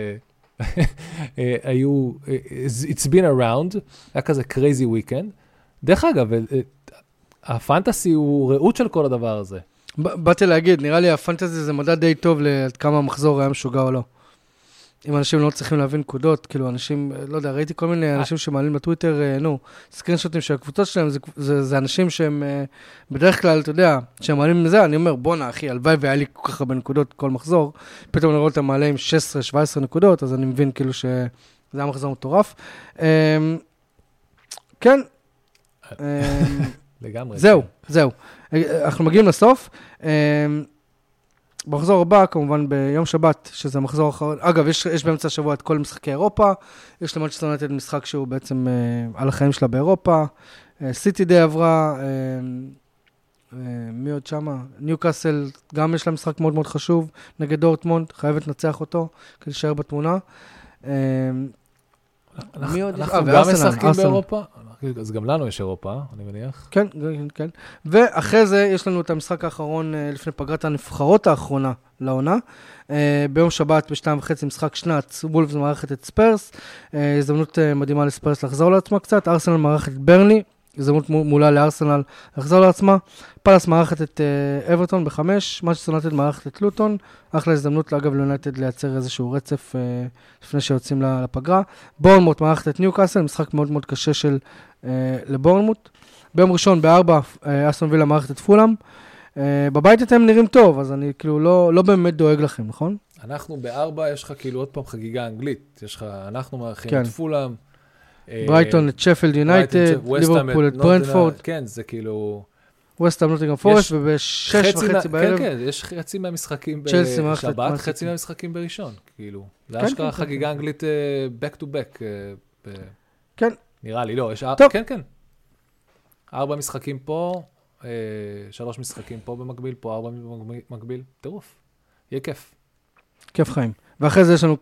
היו, it's been around, היה כזה crazy weekend. דרך אגב, הפנטסי הוא ראות של כל הדבר הזה. באתי להגיד, נראה לי הפנטסי זה מדע די טוב לעד כמה המחזור היה משוגע או לא. אם אנשים לא צריכים להבין נקודות, כאילו אנשים, לא יודע, ראיתי כל מיני אנשים שמעלים בטוויטר, סקרינשוטים של הקבוצות שלהם, זה אנשים שהם בדרך כלל, אתה יודע, שהם מעלים מזה, אני אומר, בונה אחי, הלוואי והיה לי כל כך הרבה נקודות כל מחזור, פתאום אני רואה אותם מעלה עם 16-17 נקודות, אז אני מבין כאילו שזה היה מחזור מטורף. כן. לגמרי. זהו. אנחנו מגיעים לסוף. במחזור הבא, כמובן ביום שבת, שזה המחזור האחרון. אגב, יש באמצע השבוע את כל משחקי אירופה. יש למנצ'סטר יונייטד משחק שהוא בעצם על החיים שלה באירופה. סיטי די עברה. מי עוד שמה? ניוקאסל, גם יש לה משחק מאוד מאוד חשוב. נגד דורטמונד, חייבת לנצח אותו, כדי להישאר בתמונה. אנחנו גם משחקים באירופה? אז גם לנו יש אירופה, אני מניח. כן. ואחרי זה יש לנו את המשחק האחרון לפני פגרת הנבחרות האחרונה לעונה. ביום שבת ב2:30 משחק שנץ, וולפס מערכת את ספרס. הזדמנות מדהימה לספרס לחזור לעצמה קצת. ארסנל מערכת את ברני. הזדמנות מולה לארסנל לחזור לעצמה. פלאס מערכת את אברטון ב5. מנצ'סטר יונייטד מערכת את לוטון. אחלה הזדמנות, אגב, ליונייטד לייצר איזשהו רצף לפני שיוצאים לפגרה. בורנמוט מערכת את ניוקאסל, משחק מאוד מאוד קשה של לבורנמוט. ביום ראשון ב4, אסטון וילה מערכת את פולאם. בבית אתם נראים טוב, אז אני כאילו לא באמת דואג לכם, נכון? אנחנו ב4, יש לך כאילו עוד פעם חגיגה אנגלית. יש לך, אנחנו מערכים את פולאם. ברייטון את שפילד יונייטד, ליברפול את ברנטפורד. כן, זה כאילו... ווסטהאם נוטינגהאם פורסט, וב6:30 בערב. כן, יש חצי מהמשחקים בשבת, חצי מהמשחקים בראשון, כאילו. זה אשכרה חגיגה אנגלית back to back. כן. נראה לי, לא, יש... כן. 4 משחקים פה, 3 משחקים פה במקביל, פה 4 במקביל, טירוף. יהיה כיף. כיף חיים. ואחרי זה יש לנו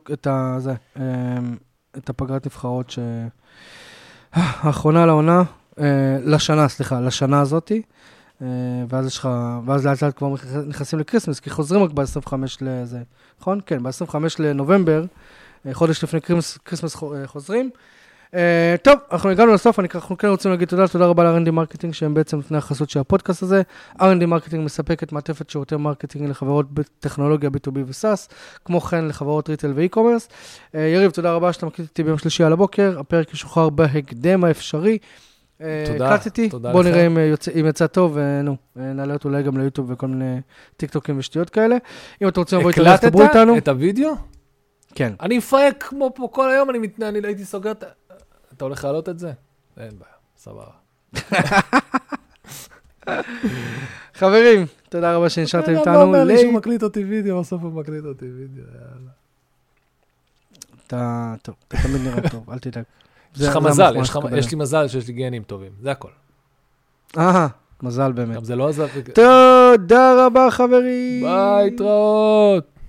את הפגרת נבחרות האחרונה לעונה, לשנה הזאת. ואז לאט לאט כבר נכנסים לקריסמס, כי חוזרים רק ב-25 לזה, נכון? כן, ב-25 לנובמבר, חודש לפני קריסמס חוזרים. טוב, אנחנו הגענו לסוף, אנחנו כן רוצים להגיד תודה רבה ל-R&D מרקטינג, שהם בעצם נותני החסות של הפודקאסט הזה. R&D מרקטינג מספקת מעטפת שירותי מרקטינג לחברות בטכנולוגיה B2B ו-SaaS, כמו כן לחברות ריטל ואי-קומרס. יריב, תודה רבה שאתה מקליט אותי ביום שלישי על הבוקר, הפרק ישוחרר בהקדם האפשרי. תודה, תודה לך. בוא נראה אם יצא טוב, נעלה אותו אולי גם ליוטיוב וכל מיני טיקטוקים ושטויות כאלה. אם אתם רוצים לבוא איתנו, תדברו איתנו. הקלטת את הוידאו? כן. אני מפייק כמו פה כל היום, אני הייתי סוגר את... אתה הולך להעלות את זה? אין בעיה, סבבה. חברים, תודה רבה שנשארתם איתנו. לא אומר לי שהוא מקליט אותי וידאו, בסוף הוא מקליט אותי וידאו, יאללה. טוב, אתה תמיד נראה טוב, אל תדאג. יש לך מזל, יש לי מזל שיש לי גנים טובים, זה הכל. מזל באמת. גם זה לא עזב. תודה רבה חברים. ביי, תראות.